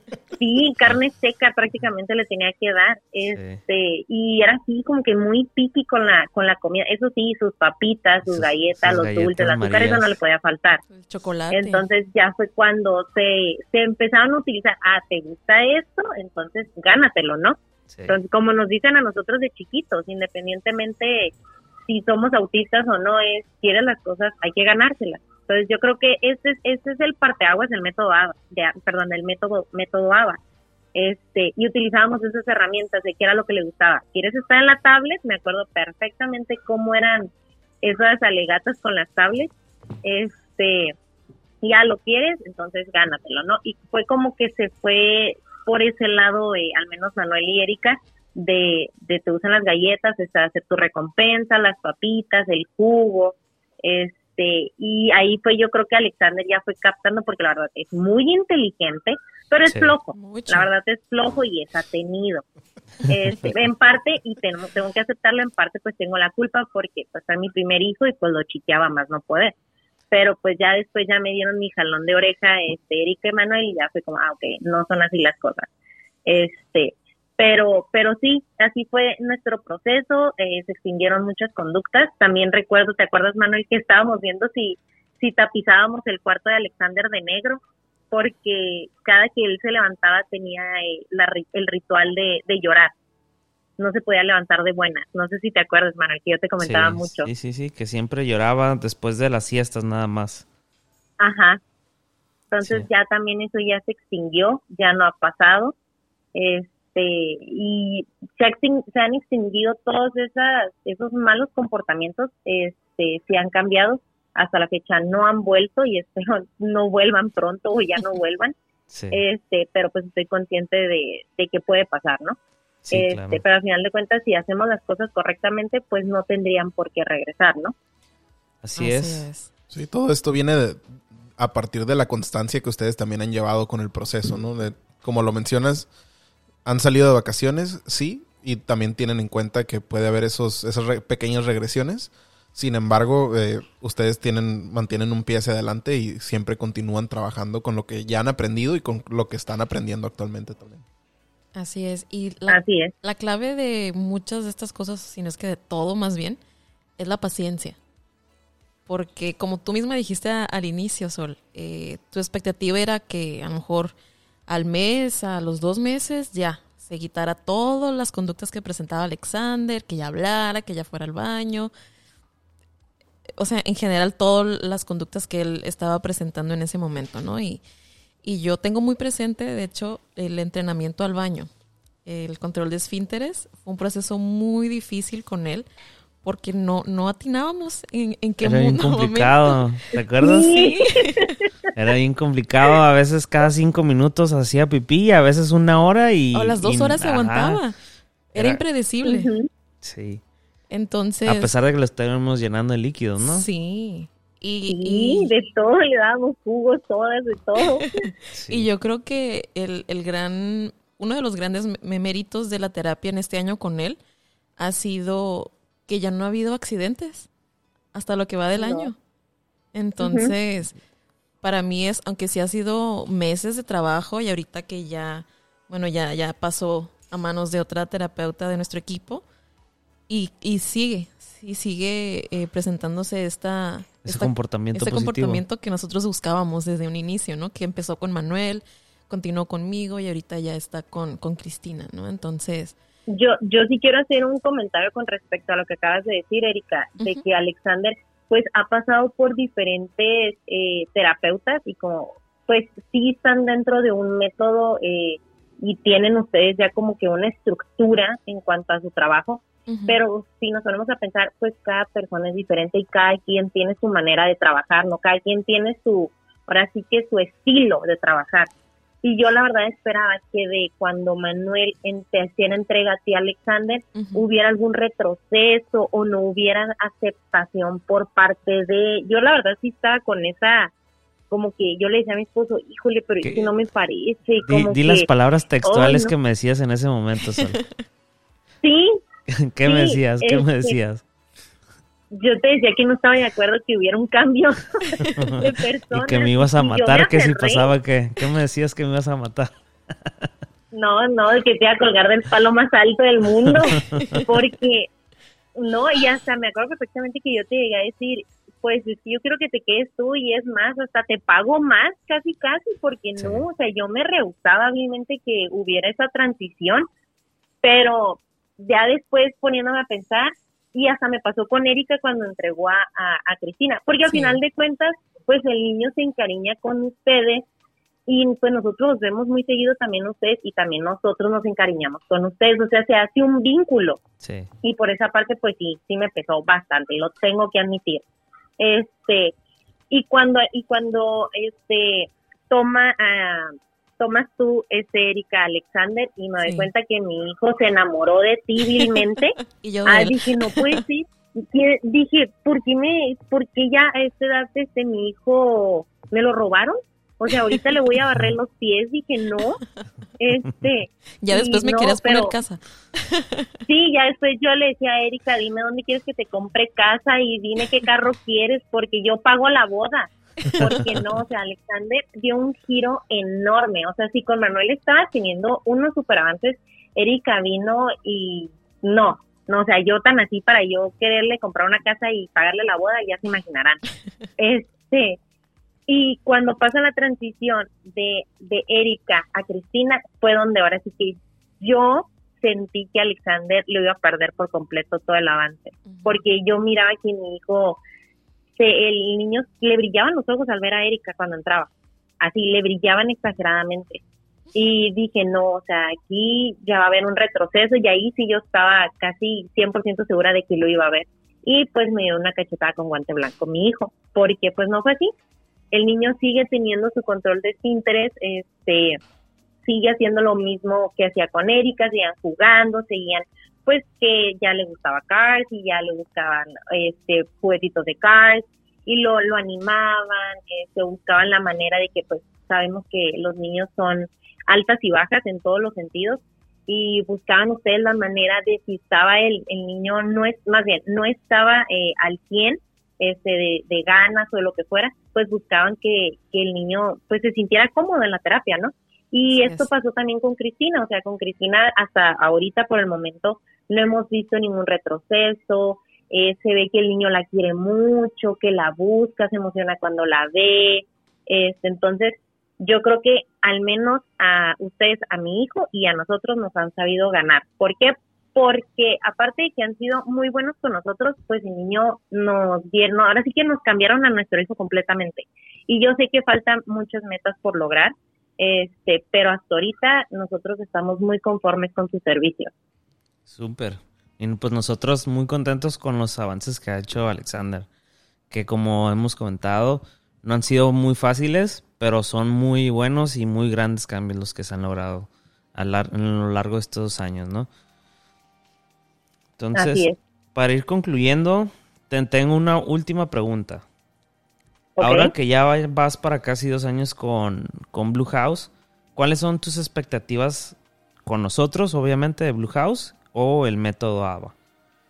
Sí, carne seca prácticamente le tenía que dar, este, sí. Y era así como que muy piqui con la con la comida. Eso sí, sus papitas, sus, sus galletas, sus los galletas dulces, el azúcar, eso no le podía faltar. El chocolate. Entonces ya fue cuando se, se empezaron a utilizar, ah, ¿te gusta esto? Entonces gánatelo, ¿no? Sí. Entonces, como nos dicen a nosotros de chiquitos, independientemente si somos autistas o no, es, quieres las cosas, hay que ganárselas. Entonces yo creo que este es, este es el parteaguas del método A B A, de, perdón, del método método A B A. Este, y utilizábamos esas herramientas de qué era lo que le gustaba. ¿Quieres estar en la tablet? Me acuerdo perfectamente cómo eran esas alegatas con las tablets. Este, ya lo quieres, entonces gánatelo, ¿no? Y fue como que se fue por ese lado, eh, al menos Manuel y Erika, de, de te usan las galletas, es hacer tu recompensa, las papitas, el jugo, es y ahí fue, yo creo que Alexander ya fue captando, porque la verdad es muy inteligente, pero es sí. flojo, mucho. La verdad es flojo y es atenido. Este, en parte, y tengo, tengo que aceptarlo, en parte pues tengo la culpa porque pues es mi primer hijo y pues lo chiqueaba más no poder. Pero pues ya después ya me dieron mi jalón de oreja, este, Erika y Manuel, y ya fue como, ah, ok, no son así las cosas. Este, Pero pero sí, así fue nuestro proceso, eh, se extinguieron muchas conductas. También recuerdo, ¿te acuerdas, Manuel, que estábamos viendo si, si tapizábamos el cuarto de Alexander de negro? Porque cada que él se levantaba tenía eh, la, el ritual de, de llorar. No se podía levantar de buenas. No sé si te acuerdas, Manuel, que yo te comentaba sí, mucho. Sí, sí, sí, que siempre lloraba después de las siestas nada más. Ajá. Entonces sí. Ya también eso ya se extinguió, ya no ha pasado. Este, y se, ha, se han extinguido todos esas, esos malos comportamientos, este, se han cambiado, hasta la fecha no han vuelto y espero no vuelvan pronto o ya no vuelvan, sí. este, pero pues estoy consciente de, de que puede pasar, ¿no? Sí, este, claro. Pero al final de cuentas, si hacemos las cosas correctamente, pues no tendrían por qué regresar, ¿no? Así, Así es. es. Sí, todo esto viene de, a partir de la constancia que ustedes también han llevado con el proceso, ¿no? De, como lo mencionas, han salido de vacaciones, sí, y también tienen en cuenta que puede haber esos esas re- pequeñas regresiones. Sin embargo, eh, ustedes tienen mantienen un pie hacia adelante y siempre continúan trabajando con lo que ya han aprendido y con lo que están aprendiendo actualmente también. Así es. Y la, Así es. La clave de muchas de estas cosas, si no es que de todo más bien, es la paciencia. Porque como tú misma dijiste a, al inicio, Sol, eh, tu expectativa era que a lo mejor al mes, a los dos meses, ya se quitara todas las conductas que presentaba Alexander, que ya hablara, que ya fuera al baño. O sea, en general, todas las conductas que él estaba presentando en ese momento, ¿no? Y, y yo tengo muy presente, de hecho, el entrenamiento al baño. El control de esfínteres fue un proceso muy difícil con él, porque no, no atinábamos en, en qué Era bien complicado, momento. ¿Te acuerdas? Sí. Era bien complicado, a veces cada cinco minutos hacía pipí, a veces una hora y... O las dos y, horas se ajá. aguantaba. Era, Era impredecible. Uh-huh. Sí. Entonces... A pesar de que lo estábamos llenando de líquidos, ¿no? Sí. Y, sí, y... de todo, le dábamos jugos, todas, de todo. Sí. Y yo creo que el, el gran... Uno de los grandes méritos de la terapia en este año con él ha sido que ya no ha habido accidentes hasta lo que va del no. año. Entonces, uh-huh. para mí es, aunque sí ha sido meses de trabajo y ahorita que ya, bueno, ya, ya pasó a manos de otra terapeuta de nuestro equipo y, y sigue, sí, sigue eh, presentándose esta... Ese esta, comportamiento este positivo. comportamiento que nosotros buscábamos desde un inicio, ¿no? Que empezó con Manuel, continuó conmigo y ahorita ya está con, con Cristina, ¿no? Entonces... Yo yo sí quiero hacer un comentario con respecto a lo que acabas de decir, Erika, uh-huh. de que Alexander pues ha pasado por diferentes eh, terapeutas y como pues sí están dentro de un método eh, y tienen ustedes ya como que una estructura en cuanto a su trabajo, uh-huh. pero si nos ponemos a pensar, pues cada persona es diferente y cada quien tiene su manera de trabajar, ¿no? Cada quien tiene su, ahora sí que su estilo de trabajar. Y yo la verdad esperaba que de cuando Manuel en, te hacía entrega a ti, Alexander, uh-huh. hubiera algún retroceso o no hubiera aceptación por parte de... Yo la verdad sí estaba con esa... Como que yo le decía a mi esposo, híjole, pero es que no me parece. Como di di que, las palabras textuales oh, no. que me decías en ese momento, Sol. Sí. ¿Qué sí, me decías? ¿Qué este, me decías? Yo te decía que no estaba de acuerdo que hubiera un cambio de personas. Y que me ibas a matar, que si pasaba, ¿qué? ¿Qué me decías que me ibas a matar? No, no, de que te iba a colgar del palo más alto del mundo, porque, no, y hasta me acuerdo perfectamente que yo te llegué a decir, pues es que yo quiero que te quedes tú y es más, hasta te pago más, casi, casi, porque Sí. no, o sea, yo me rehusaba obviamente que hubiera esa transición, pero ya después poniéndome a pensar, y hasta me pasó con Erika cuando entregó a, a, a Cristina, porque al Sí. final de cuentas, pues el niño se encariña con ustedes, y pues nosotros los vemos muy seguido también ustedes, y también nosotros nos encariñamos con ustedes, o sea, se hace un vínculo, Sí. y por esa parte pues sí, sí me pesó bastante, lo tengo que admitir. Este, y cuando, y cuando este toma a tomas tú, este, Erika, Alexander, y me doy Sí. cuenta que mi hijo se enamoró de ti vilmente, Y yo de ah, él. dije, no puede ser. Que- Dije, ¿por qué, me, ¿por qué ya a esta edad este, mi hijo me lo robaron? O sea, ahorita le voy a barrer los pies. Dije, no. Este, Ya después y me no, querías pero- poner casa. Sí, ya después yo le decía a Erika, dime dónde quieres que te compre casa y dime qué carro quieres porque yo pago la boda. Porque no, o sea, Alexander dio un giro enorme. O sea, si con Manuel estaba teniendo unos super avances, Erika vino y no, no, o sea, yo tan así para yo quererle comprar una casa y pagarle la boda, ya se imaginarán. Este, y cuando pasa la transición de, de Erika a Cristina, fue donde ahora sí que yo sentí que Alexander lo iba a perder por completo todo el avance, porque yo miraba que mi hijo, se, el niño le brillaban los ojos al ver a Erika cuando entraba, así le brillaban exageradamente, y dije, no, o sea, aquí ya va a haber un retroceso, y ahí sí yo estaba casi cien por ciento segura de que lo iba a ver, y pues me dio una cachetada con guante blanco mi hijo, porque pues no fue así. El niño sigue teniendo su control de esfínteres, este, sigue haciendo lo mismo que hacía con Erika, seguían jugando, seguían, pues que ya le gustaba Cars y ya le buscaban este juguetitos de Cars y lo, lo animaban, eh, se buscaban la manera de que pues sabemos que los niños son altas y bajas en todos los sentidos y buscaban ustedes la manera de si estaba el, el niño, no es más bien, no estaba eh, al cien este de, de ganas o de lo que fuera, pues buscaban que, que el niño pues se sintiera cómodo en la terapia, ¿no? Y Así esto es. pasó también con Cristina, o sea, con Cristina hasta ahorita por el momento no hemos visto ningún retroceso, eh, se ve que el niño la quiere mucho, que la busca, se emociona cuando la ve, este, entonces yo creo que al menos a ustedes, a mi hijo y a nosotros nos han sabido ganar. ¿Por qué? Porque aparte de que han sido muy buenos con nosotros, pues el niño nos dieron, ahora sí que nos cambiaron a nuestro hijo completamente. Y yo sé que faltan muchas metas por lograr, este, pero hasta ahorita nosotros estamos muy conformes con su servicio. Súper. Y pues nosotros muy contentos con los avances que ha hecho Alexander, que como hemos comentado, no han sido muy fáciles, pero son muy buenos y muy grandes cambios los que se han logrado a, lar- a lo largo de estos años, ¿no? Entonces, Así es. para ir concluyendo, te tengo una última pregunta. ¿Ok? Ahora que ya va- vas para casi dos años con, con Blue House, ¿cuáles son tus expectativas con nosotros, obviamente, de Blue House o el método A B A?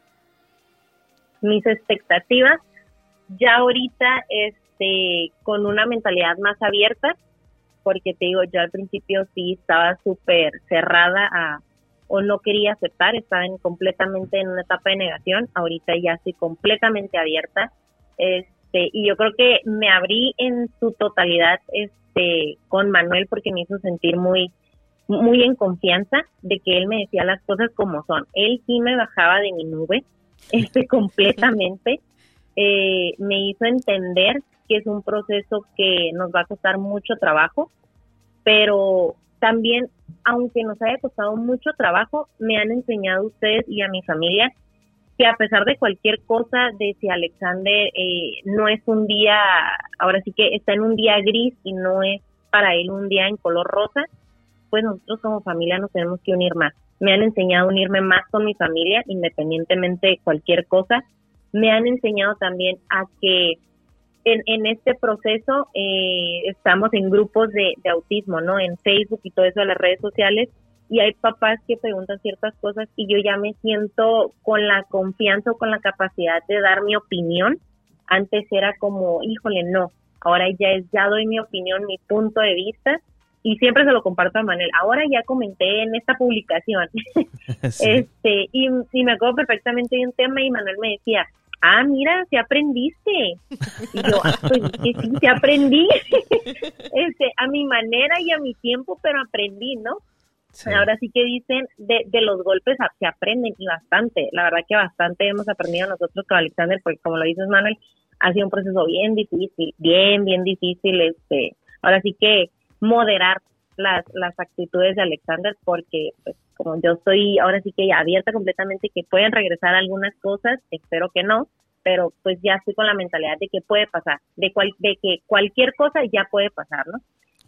Mis expectativas ya ahorita este con una mentalidad más abierta, porque te digo, yo al principio sí estaba súper cerrada a o no quería aceptar, estaba en, completamente en una etapa de negación, ahorita ya estoy completamente abierta, este y yo creo que me abrí en su totalidad este con Manuel porque me hizo sentir muy muy en confianza de que él me decía las cosas como son. Él sí me bajaba de mi nube este completamente, eh, me hizo entender que es un proceso que nos va a costar mucho trabajo, pero también, aunque nos haya costado mucho trabajo, me han enseñado ustedes y a mi familia que a pesar de cualquier cosa, de si Alexander eh, no es un día, ahora sí que está en un día gris y no es para él un día en color rosa, pues nosotros como familia nos tenemos que unir más. Me han enseñado a unirme más con mi familia, independientemente de cualquier cosa. Me han enseñado también a que en, en este proceso eh, estamos en grupos de, de autismo, ¿no? En Facebook y todo eso, de las redes sociales, y hay papás que preguntan ciertas cosas y yo ya me siento con la confianza o con la capacidad de dar mi opinión. Antes era como, híjole, no. Ahora ya es, ya doy mi opinión, mi punto de vista, y siempre se lo comparto a Manuel. Ahora ya comenté en esta publicación. Sí. Este, y, y me acuerdo perfectamente de un tema y Manuel me decía, ah, mira, sí aprendiste. Y yo, ah, pues sí, sí, sí aprendí. este, a mi manera y a mi tiempo, pero aprendí, ¿no? Sí. Ahora sí que dicen, de, de los golpes se aprenden, y bastante. La verdad que bastante hemos aprendido nosotros con Alexander, porque como lo dices, Manuel, ha sido un proceso bien difícil, bien, bien difícil. Este, ahora sí que moderar las, las actitudes de Alexander, porque pues como yo estoy ahora sí que abierta completamente, que pueden regresar algunas cosas, espero que no, pero pues ya estoy con la mentalidad de que puede pasar, de, cual, de que cualquier cosa ya puede pasar, ¿no?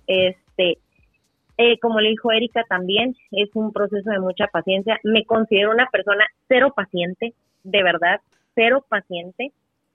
Este, eh, como le dijo Erika también, es un proceso de mucha paciencia. Me considero una persona cero paciente, de verdad, cero paciente,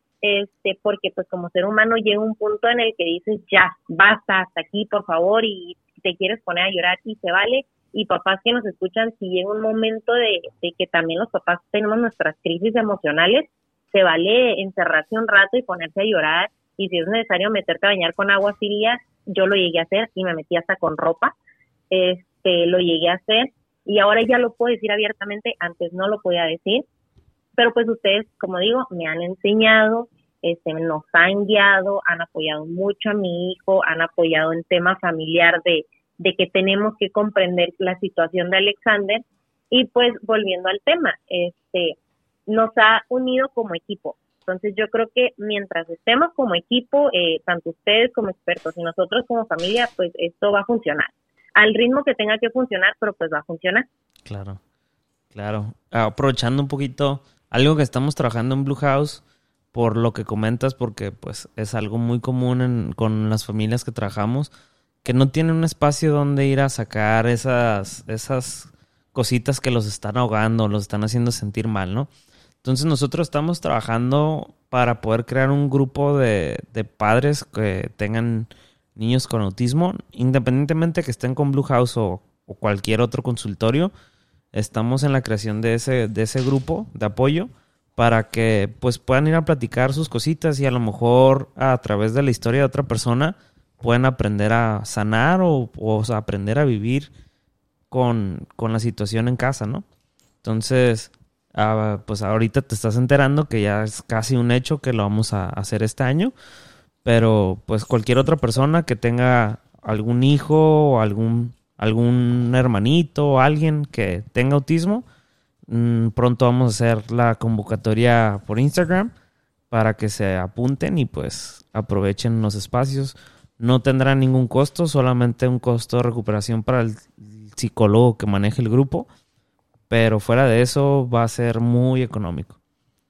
este, porque pues como ser humano llega un punto en el que dices, ya, basta, hasta aquí, por favor, y te quieres poner a llorar y se vale. Y papás que nos escuchan, si llega un momento de, de que también los papás tenemos nuestras crisis emocionales, se vale encerrarse un rato y ponerse a llorar, y si es necesario meterte a bañar con agua fría, yo lo llegué a hacer y me metí hasta con ropa, este, lo llegué a hacer, y ahora ya lo puedo decir abiertamente, antes no lo podía decir. Pero pues ustedes, como digo, me han enseñado, este, nos han guiado, han apoyado mucho a mi hijo, han apoyado en tema familiar de, de que tenemos que comprender la situación de Alexander. Y pues volviendo al tema, este, nos ha unido como equipo. Entonces yo creo que mientras estemos como equipo, eh, tanto ustedes como expertos y nosotros como familia, pues esto va a funcionar. Al ritmo que tenga que funcionar, pero pues va a funcionar. Claro, claro. Aprovechando un poquito algo que estamos trabajando en Blue House, por lo que comentas, porque pues es algo muy común en, con las familias que trabajamos, que no tienen un espacio donde ir a sacar esas, esas cositas que los están ahogando, los están haciendo sentir mal, ¿no? Entonces nosotros estamos trabajando para poder crear un grupo de, de padres que tengan niños con autismo, independientemente que estén con Blue House o, o cualquier otro consultorio. Estamos en la creación de ese, de ese grupo de apoyo para que pues puedan ir a platicar sus cositas y a lo mejor a través de la historia de otra persona pueden aprender a sanar o, o, o sea, aprender a vivir con, con la situación en casa, ¿no? Entonces, uh, pues ahorita te estás enterando que ya es casi un hecho que lo vamos a hacer este año, pero pues cualquier otra persona que tenga algún hijo o algún algún hermanito o alguien que tenga autismo, mmm, pronto vamos a hacer la convocatoria por Instagram para que se apunten y pues aprovechen los espacios. No tendrá ningún costo, solamente un costo de recuperación para el psicólogo que maneje el grupo, pero fuera de eso va a ser muy económico.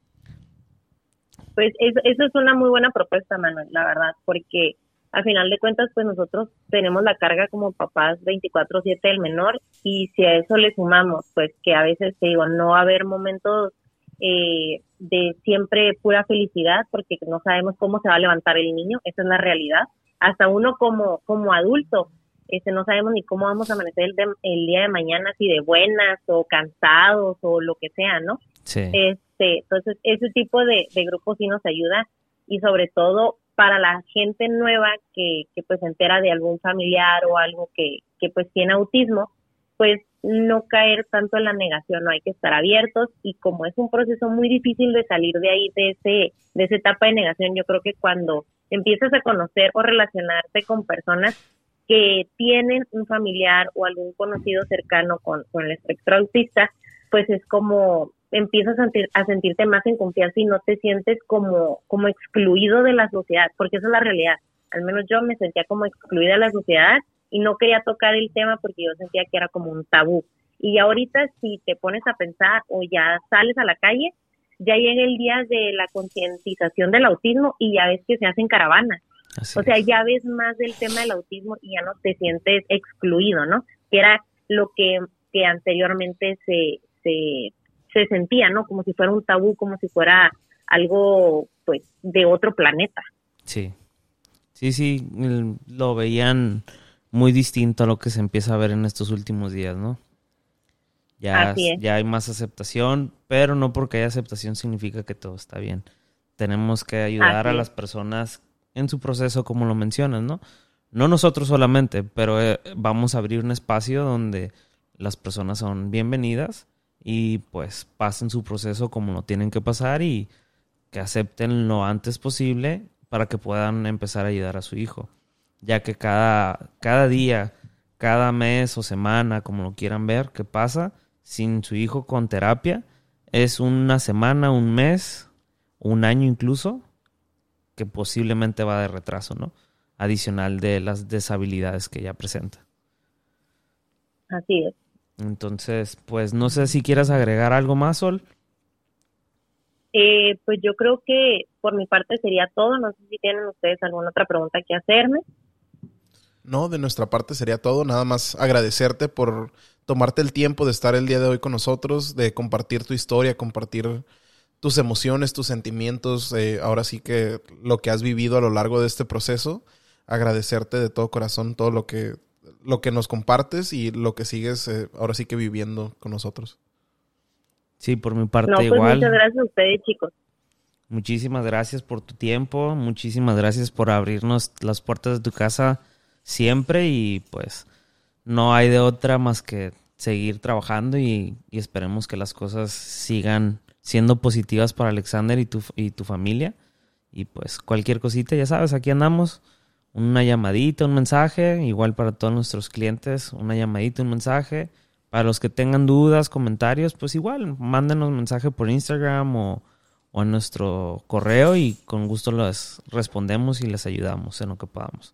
Pues eso, eso es una muy buena propuesta, Manuel, la verdad, porque al final de cuentas, pues nosotros tenemos la carga como papás veinticuatro siete del menor, y si a eso le sumamos, pues que a veces, te digo, no va a haber momentos eh, de siempre pura felicidad, porque no sabemos cómo se va a levantar el niño, esa es la realidad. Hasta uno como como adulto, este, no sabemos ni cómo vamos a amanecer el, de, el día de mañana, si de buenas o cansados o lo que sea, ¿no? Sí. Este, entonces, ese tipo de, de grupos sí nos ayuda, y sobre todo para la gente nueva que, que pues se entera de algún familiar o algo que, que pues tiene autismo, pues no caer tanto en la negación, no hay que estar abiertos, y como es un proceso muy difícil de salir de ahí, de ese de esa etapa de negación, yo creo que cuando empiezas a conocer o relacionarte con personas que tienen un familiar o algún conocido cercano con, con el espectro autista, pues es como empiezas a, sentir, a sentirte más en confianza y no te sientes como, como excluido de la sociedad, porque esa es la realidad. Al menos yo me sentía como excluida de la sociedad y no quería tocar el tema porque yo sentía que era como un tabú. Y ahorita si te pones a pensar o ya sales a la calle, ya llega el día de la concientización del autismo y ya ves que se hacen caravanas. Así o sea, es. Ya ves más del tema del autismo y ya no te sientes excluido, ¿no? Que era lo que, que anteriormente se, se, se sentía, ¿no? Como si fuera un tabú, como si fuera algo, pues, de otro planeta. Sí. Sí, sí, lo veían muy distinto a lo que se empieza a ver en estos últimos días, ¿no? Ya, ya hay más aceptación, pero no porque haya aceptación significa que todo está bien. Tenemos que ayudar Así a las personas en su proceso, como lo mencionas, ¿no? no nosotros solamente, pero eh, vamos a abrir un espacio donde las personas son bienvenidas y pues pasen su proceso como lo tienen que pasar y que acepten lo antes posible para que puedan empezar a ayudar a su hijo. Ya que cada, cada día, cada mes o semana, como lo quieran ver, que pasa sin su hijo con terapia, es una semana, un mes, un año incluso, que posiblemente va de retraso, ¿no? Adicional de las deshabilidades que ya presenta. Así es. Entonces, pues no sé si quieras agregar algo más, Sol. Eh, pues yo creo que por mi parte sería todo. No sé si tienen ustedes alguna otra pregunta que hacerme. No, de nuestra parte sería todo. Nada más agradecerte por tomarte el tiempo de estar el día de hoy con nosotros, de compartir tu historia, compartir tus emociones, tus sentimientos, eh, ahora sí que lo que has vivido a lo largo de este proceso. Agradecerte de todo corazón todo lo que, lo que nos compartes y lo que sigues eh, ahora sí que viviendo con nosotros. Sí, por mi parte no, pues igual. Muchas gracias a ustedes, chicos. Muchísimas gracias por tu tiempo, muchísimas gracias por abrirnos las puertas de tu casa siempre y pues no hay de otra más que seguir trabajando y, y esperemos que las cosas sigan siendo positivas para Alexander y tu, y tu familia. Y pues cualquier cosita, ya sabes, aquí andamos. Una llamadita, un mensaje, igual para todos nuestros clientes, una llamadita, un mensaje. Para los que tengan dudas, comentarios, pues igual, mándenos mensaje por Instagram o, o en nuestro correo y con gusto les respondemos y les ayudamos en lo que podamos.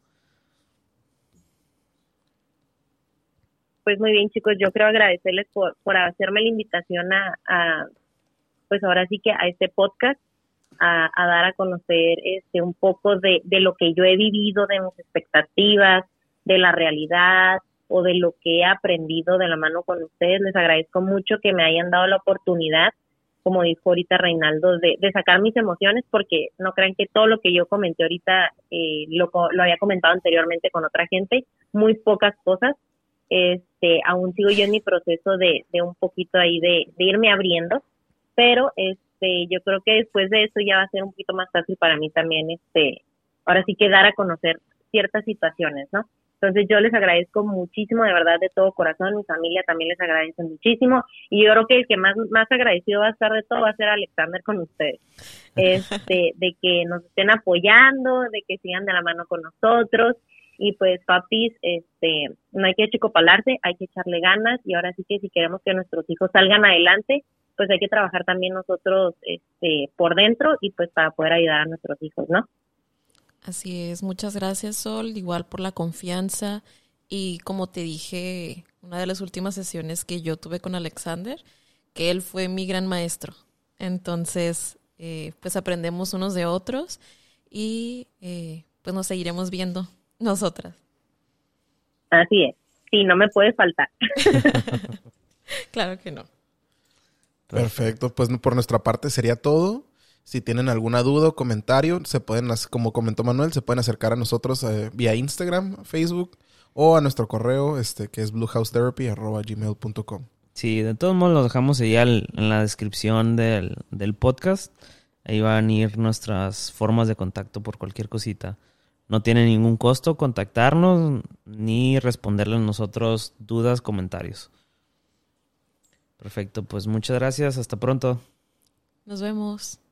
Pues muy bien, chicos, yo quiero agradecerles por, por hacerme la invitación a, a, pues ahora sí que a este podcast, a, a dar a conocer este un poco de, de lo que yo he vivido, de mis expectativas, de la realidad o de lo que he aprendido de la mano con ustedes. Les agradezco mucho que me hayan dado la oportunidad, como dijo ahorita Reinaldo, de, de sacar mis emociones, porque no crean que todo lo que yo comenté ahorita eh, lo, lo había comentado anteriormente con otra gente, muy pocas cosas. Este, aún sigo yo en mi proceso de, de un poquito ahí de, de irme abriendo, pero este, yo creo que después de eso ya va a ser un poquito más fácil para mí también, este, ahora sí que dar a conocer ciertas situaciones, ¿no? Entonces yo les agradezco muchísimo, de verdad, de todo corazón. Mi familia también les agradece muchísimo. Y yo creo que el que más, más agradecido va a estar de todo va a ser Alexander con ustedes. Este, de que nos estén apoyando, de que sigan de la mano con nosotros. Y pues, papis, este, no hay que achicopalarse, hay que echarle ganas. Y ahora sí que si queremos que nuestros hijos salgan adelante, pues hay que trabajar también nosotros este, por dentro y pues para poder ayudar a nuestros hijos, ¿no? Así es, muchas gracias, Sol, igual por la confianza y como te dije, una de las últimas sesiones que yo tuve con Alexander, que él fue mi gran maestro. Entonces, eh, pues aprendemos unos de otros y eh, pues nos seguiremos viendo nosotras. Así es, sí, no me puede faltar. Claro que no. Perfecto, pues por nuestra parte sería todo. Si tienen alguna duda o comentario, se pueden, como comentó Manuel, se pueden acercar a nosotros eh, vía Instagram, Facebook o a nuestro correo, este que es bluehousetherapy arroba gmail punto com. Sí, de todos modos lo dejamos ahí al, en la descripción del, del podcast. Ahí van a ir nuestras formas de contacto por cualquier cosita. No tiene ningún costo contactarnos ni responderle a nosotros dudas, comentarios. Perfecto, pues muchas gracias. Hasta pronto. Nos vemos.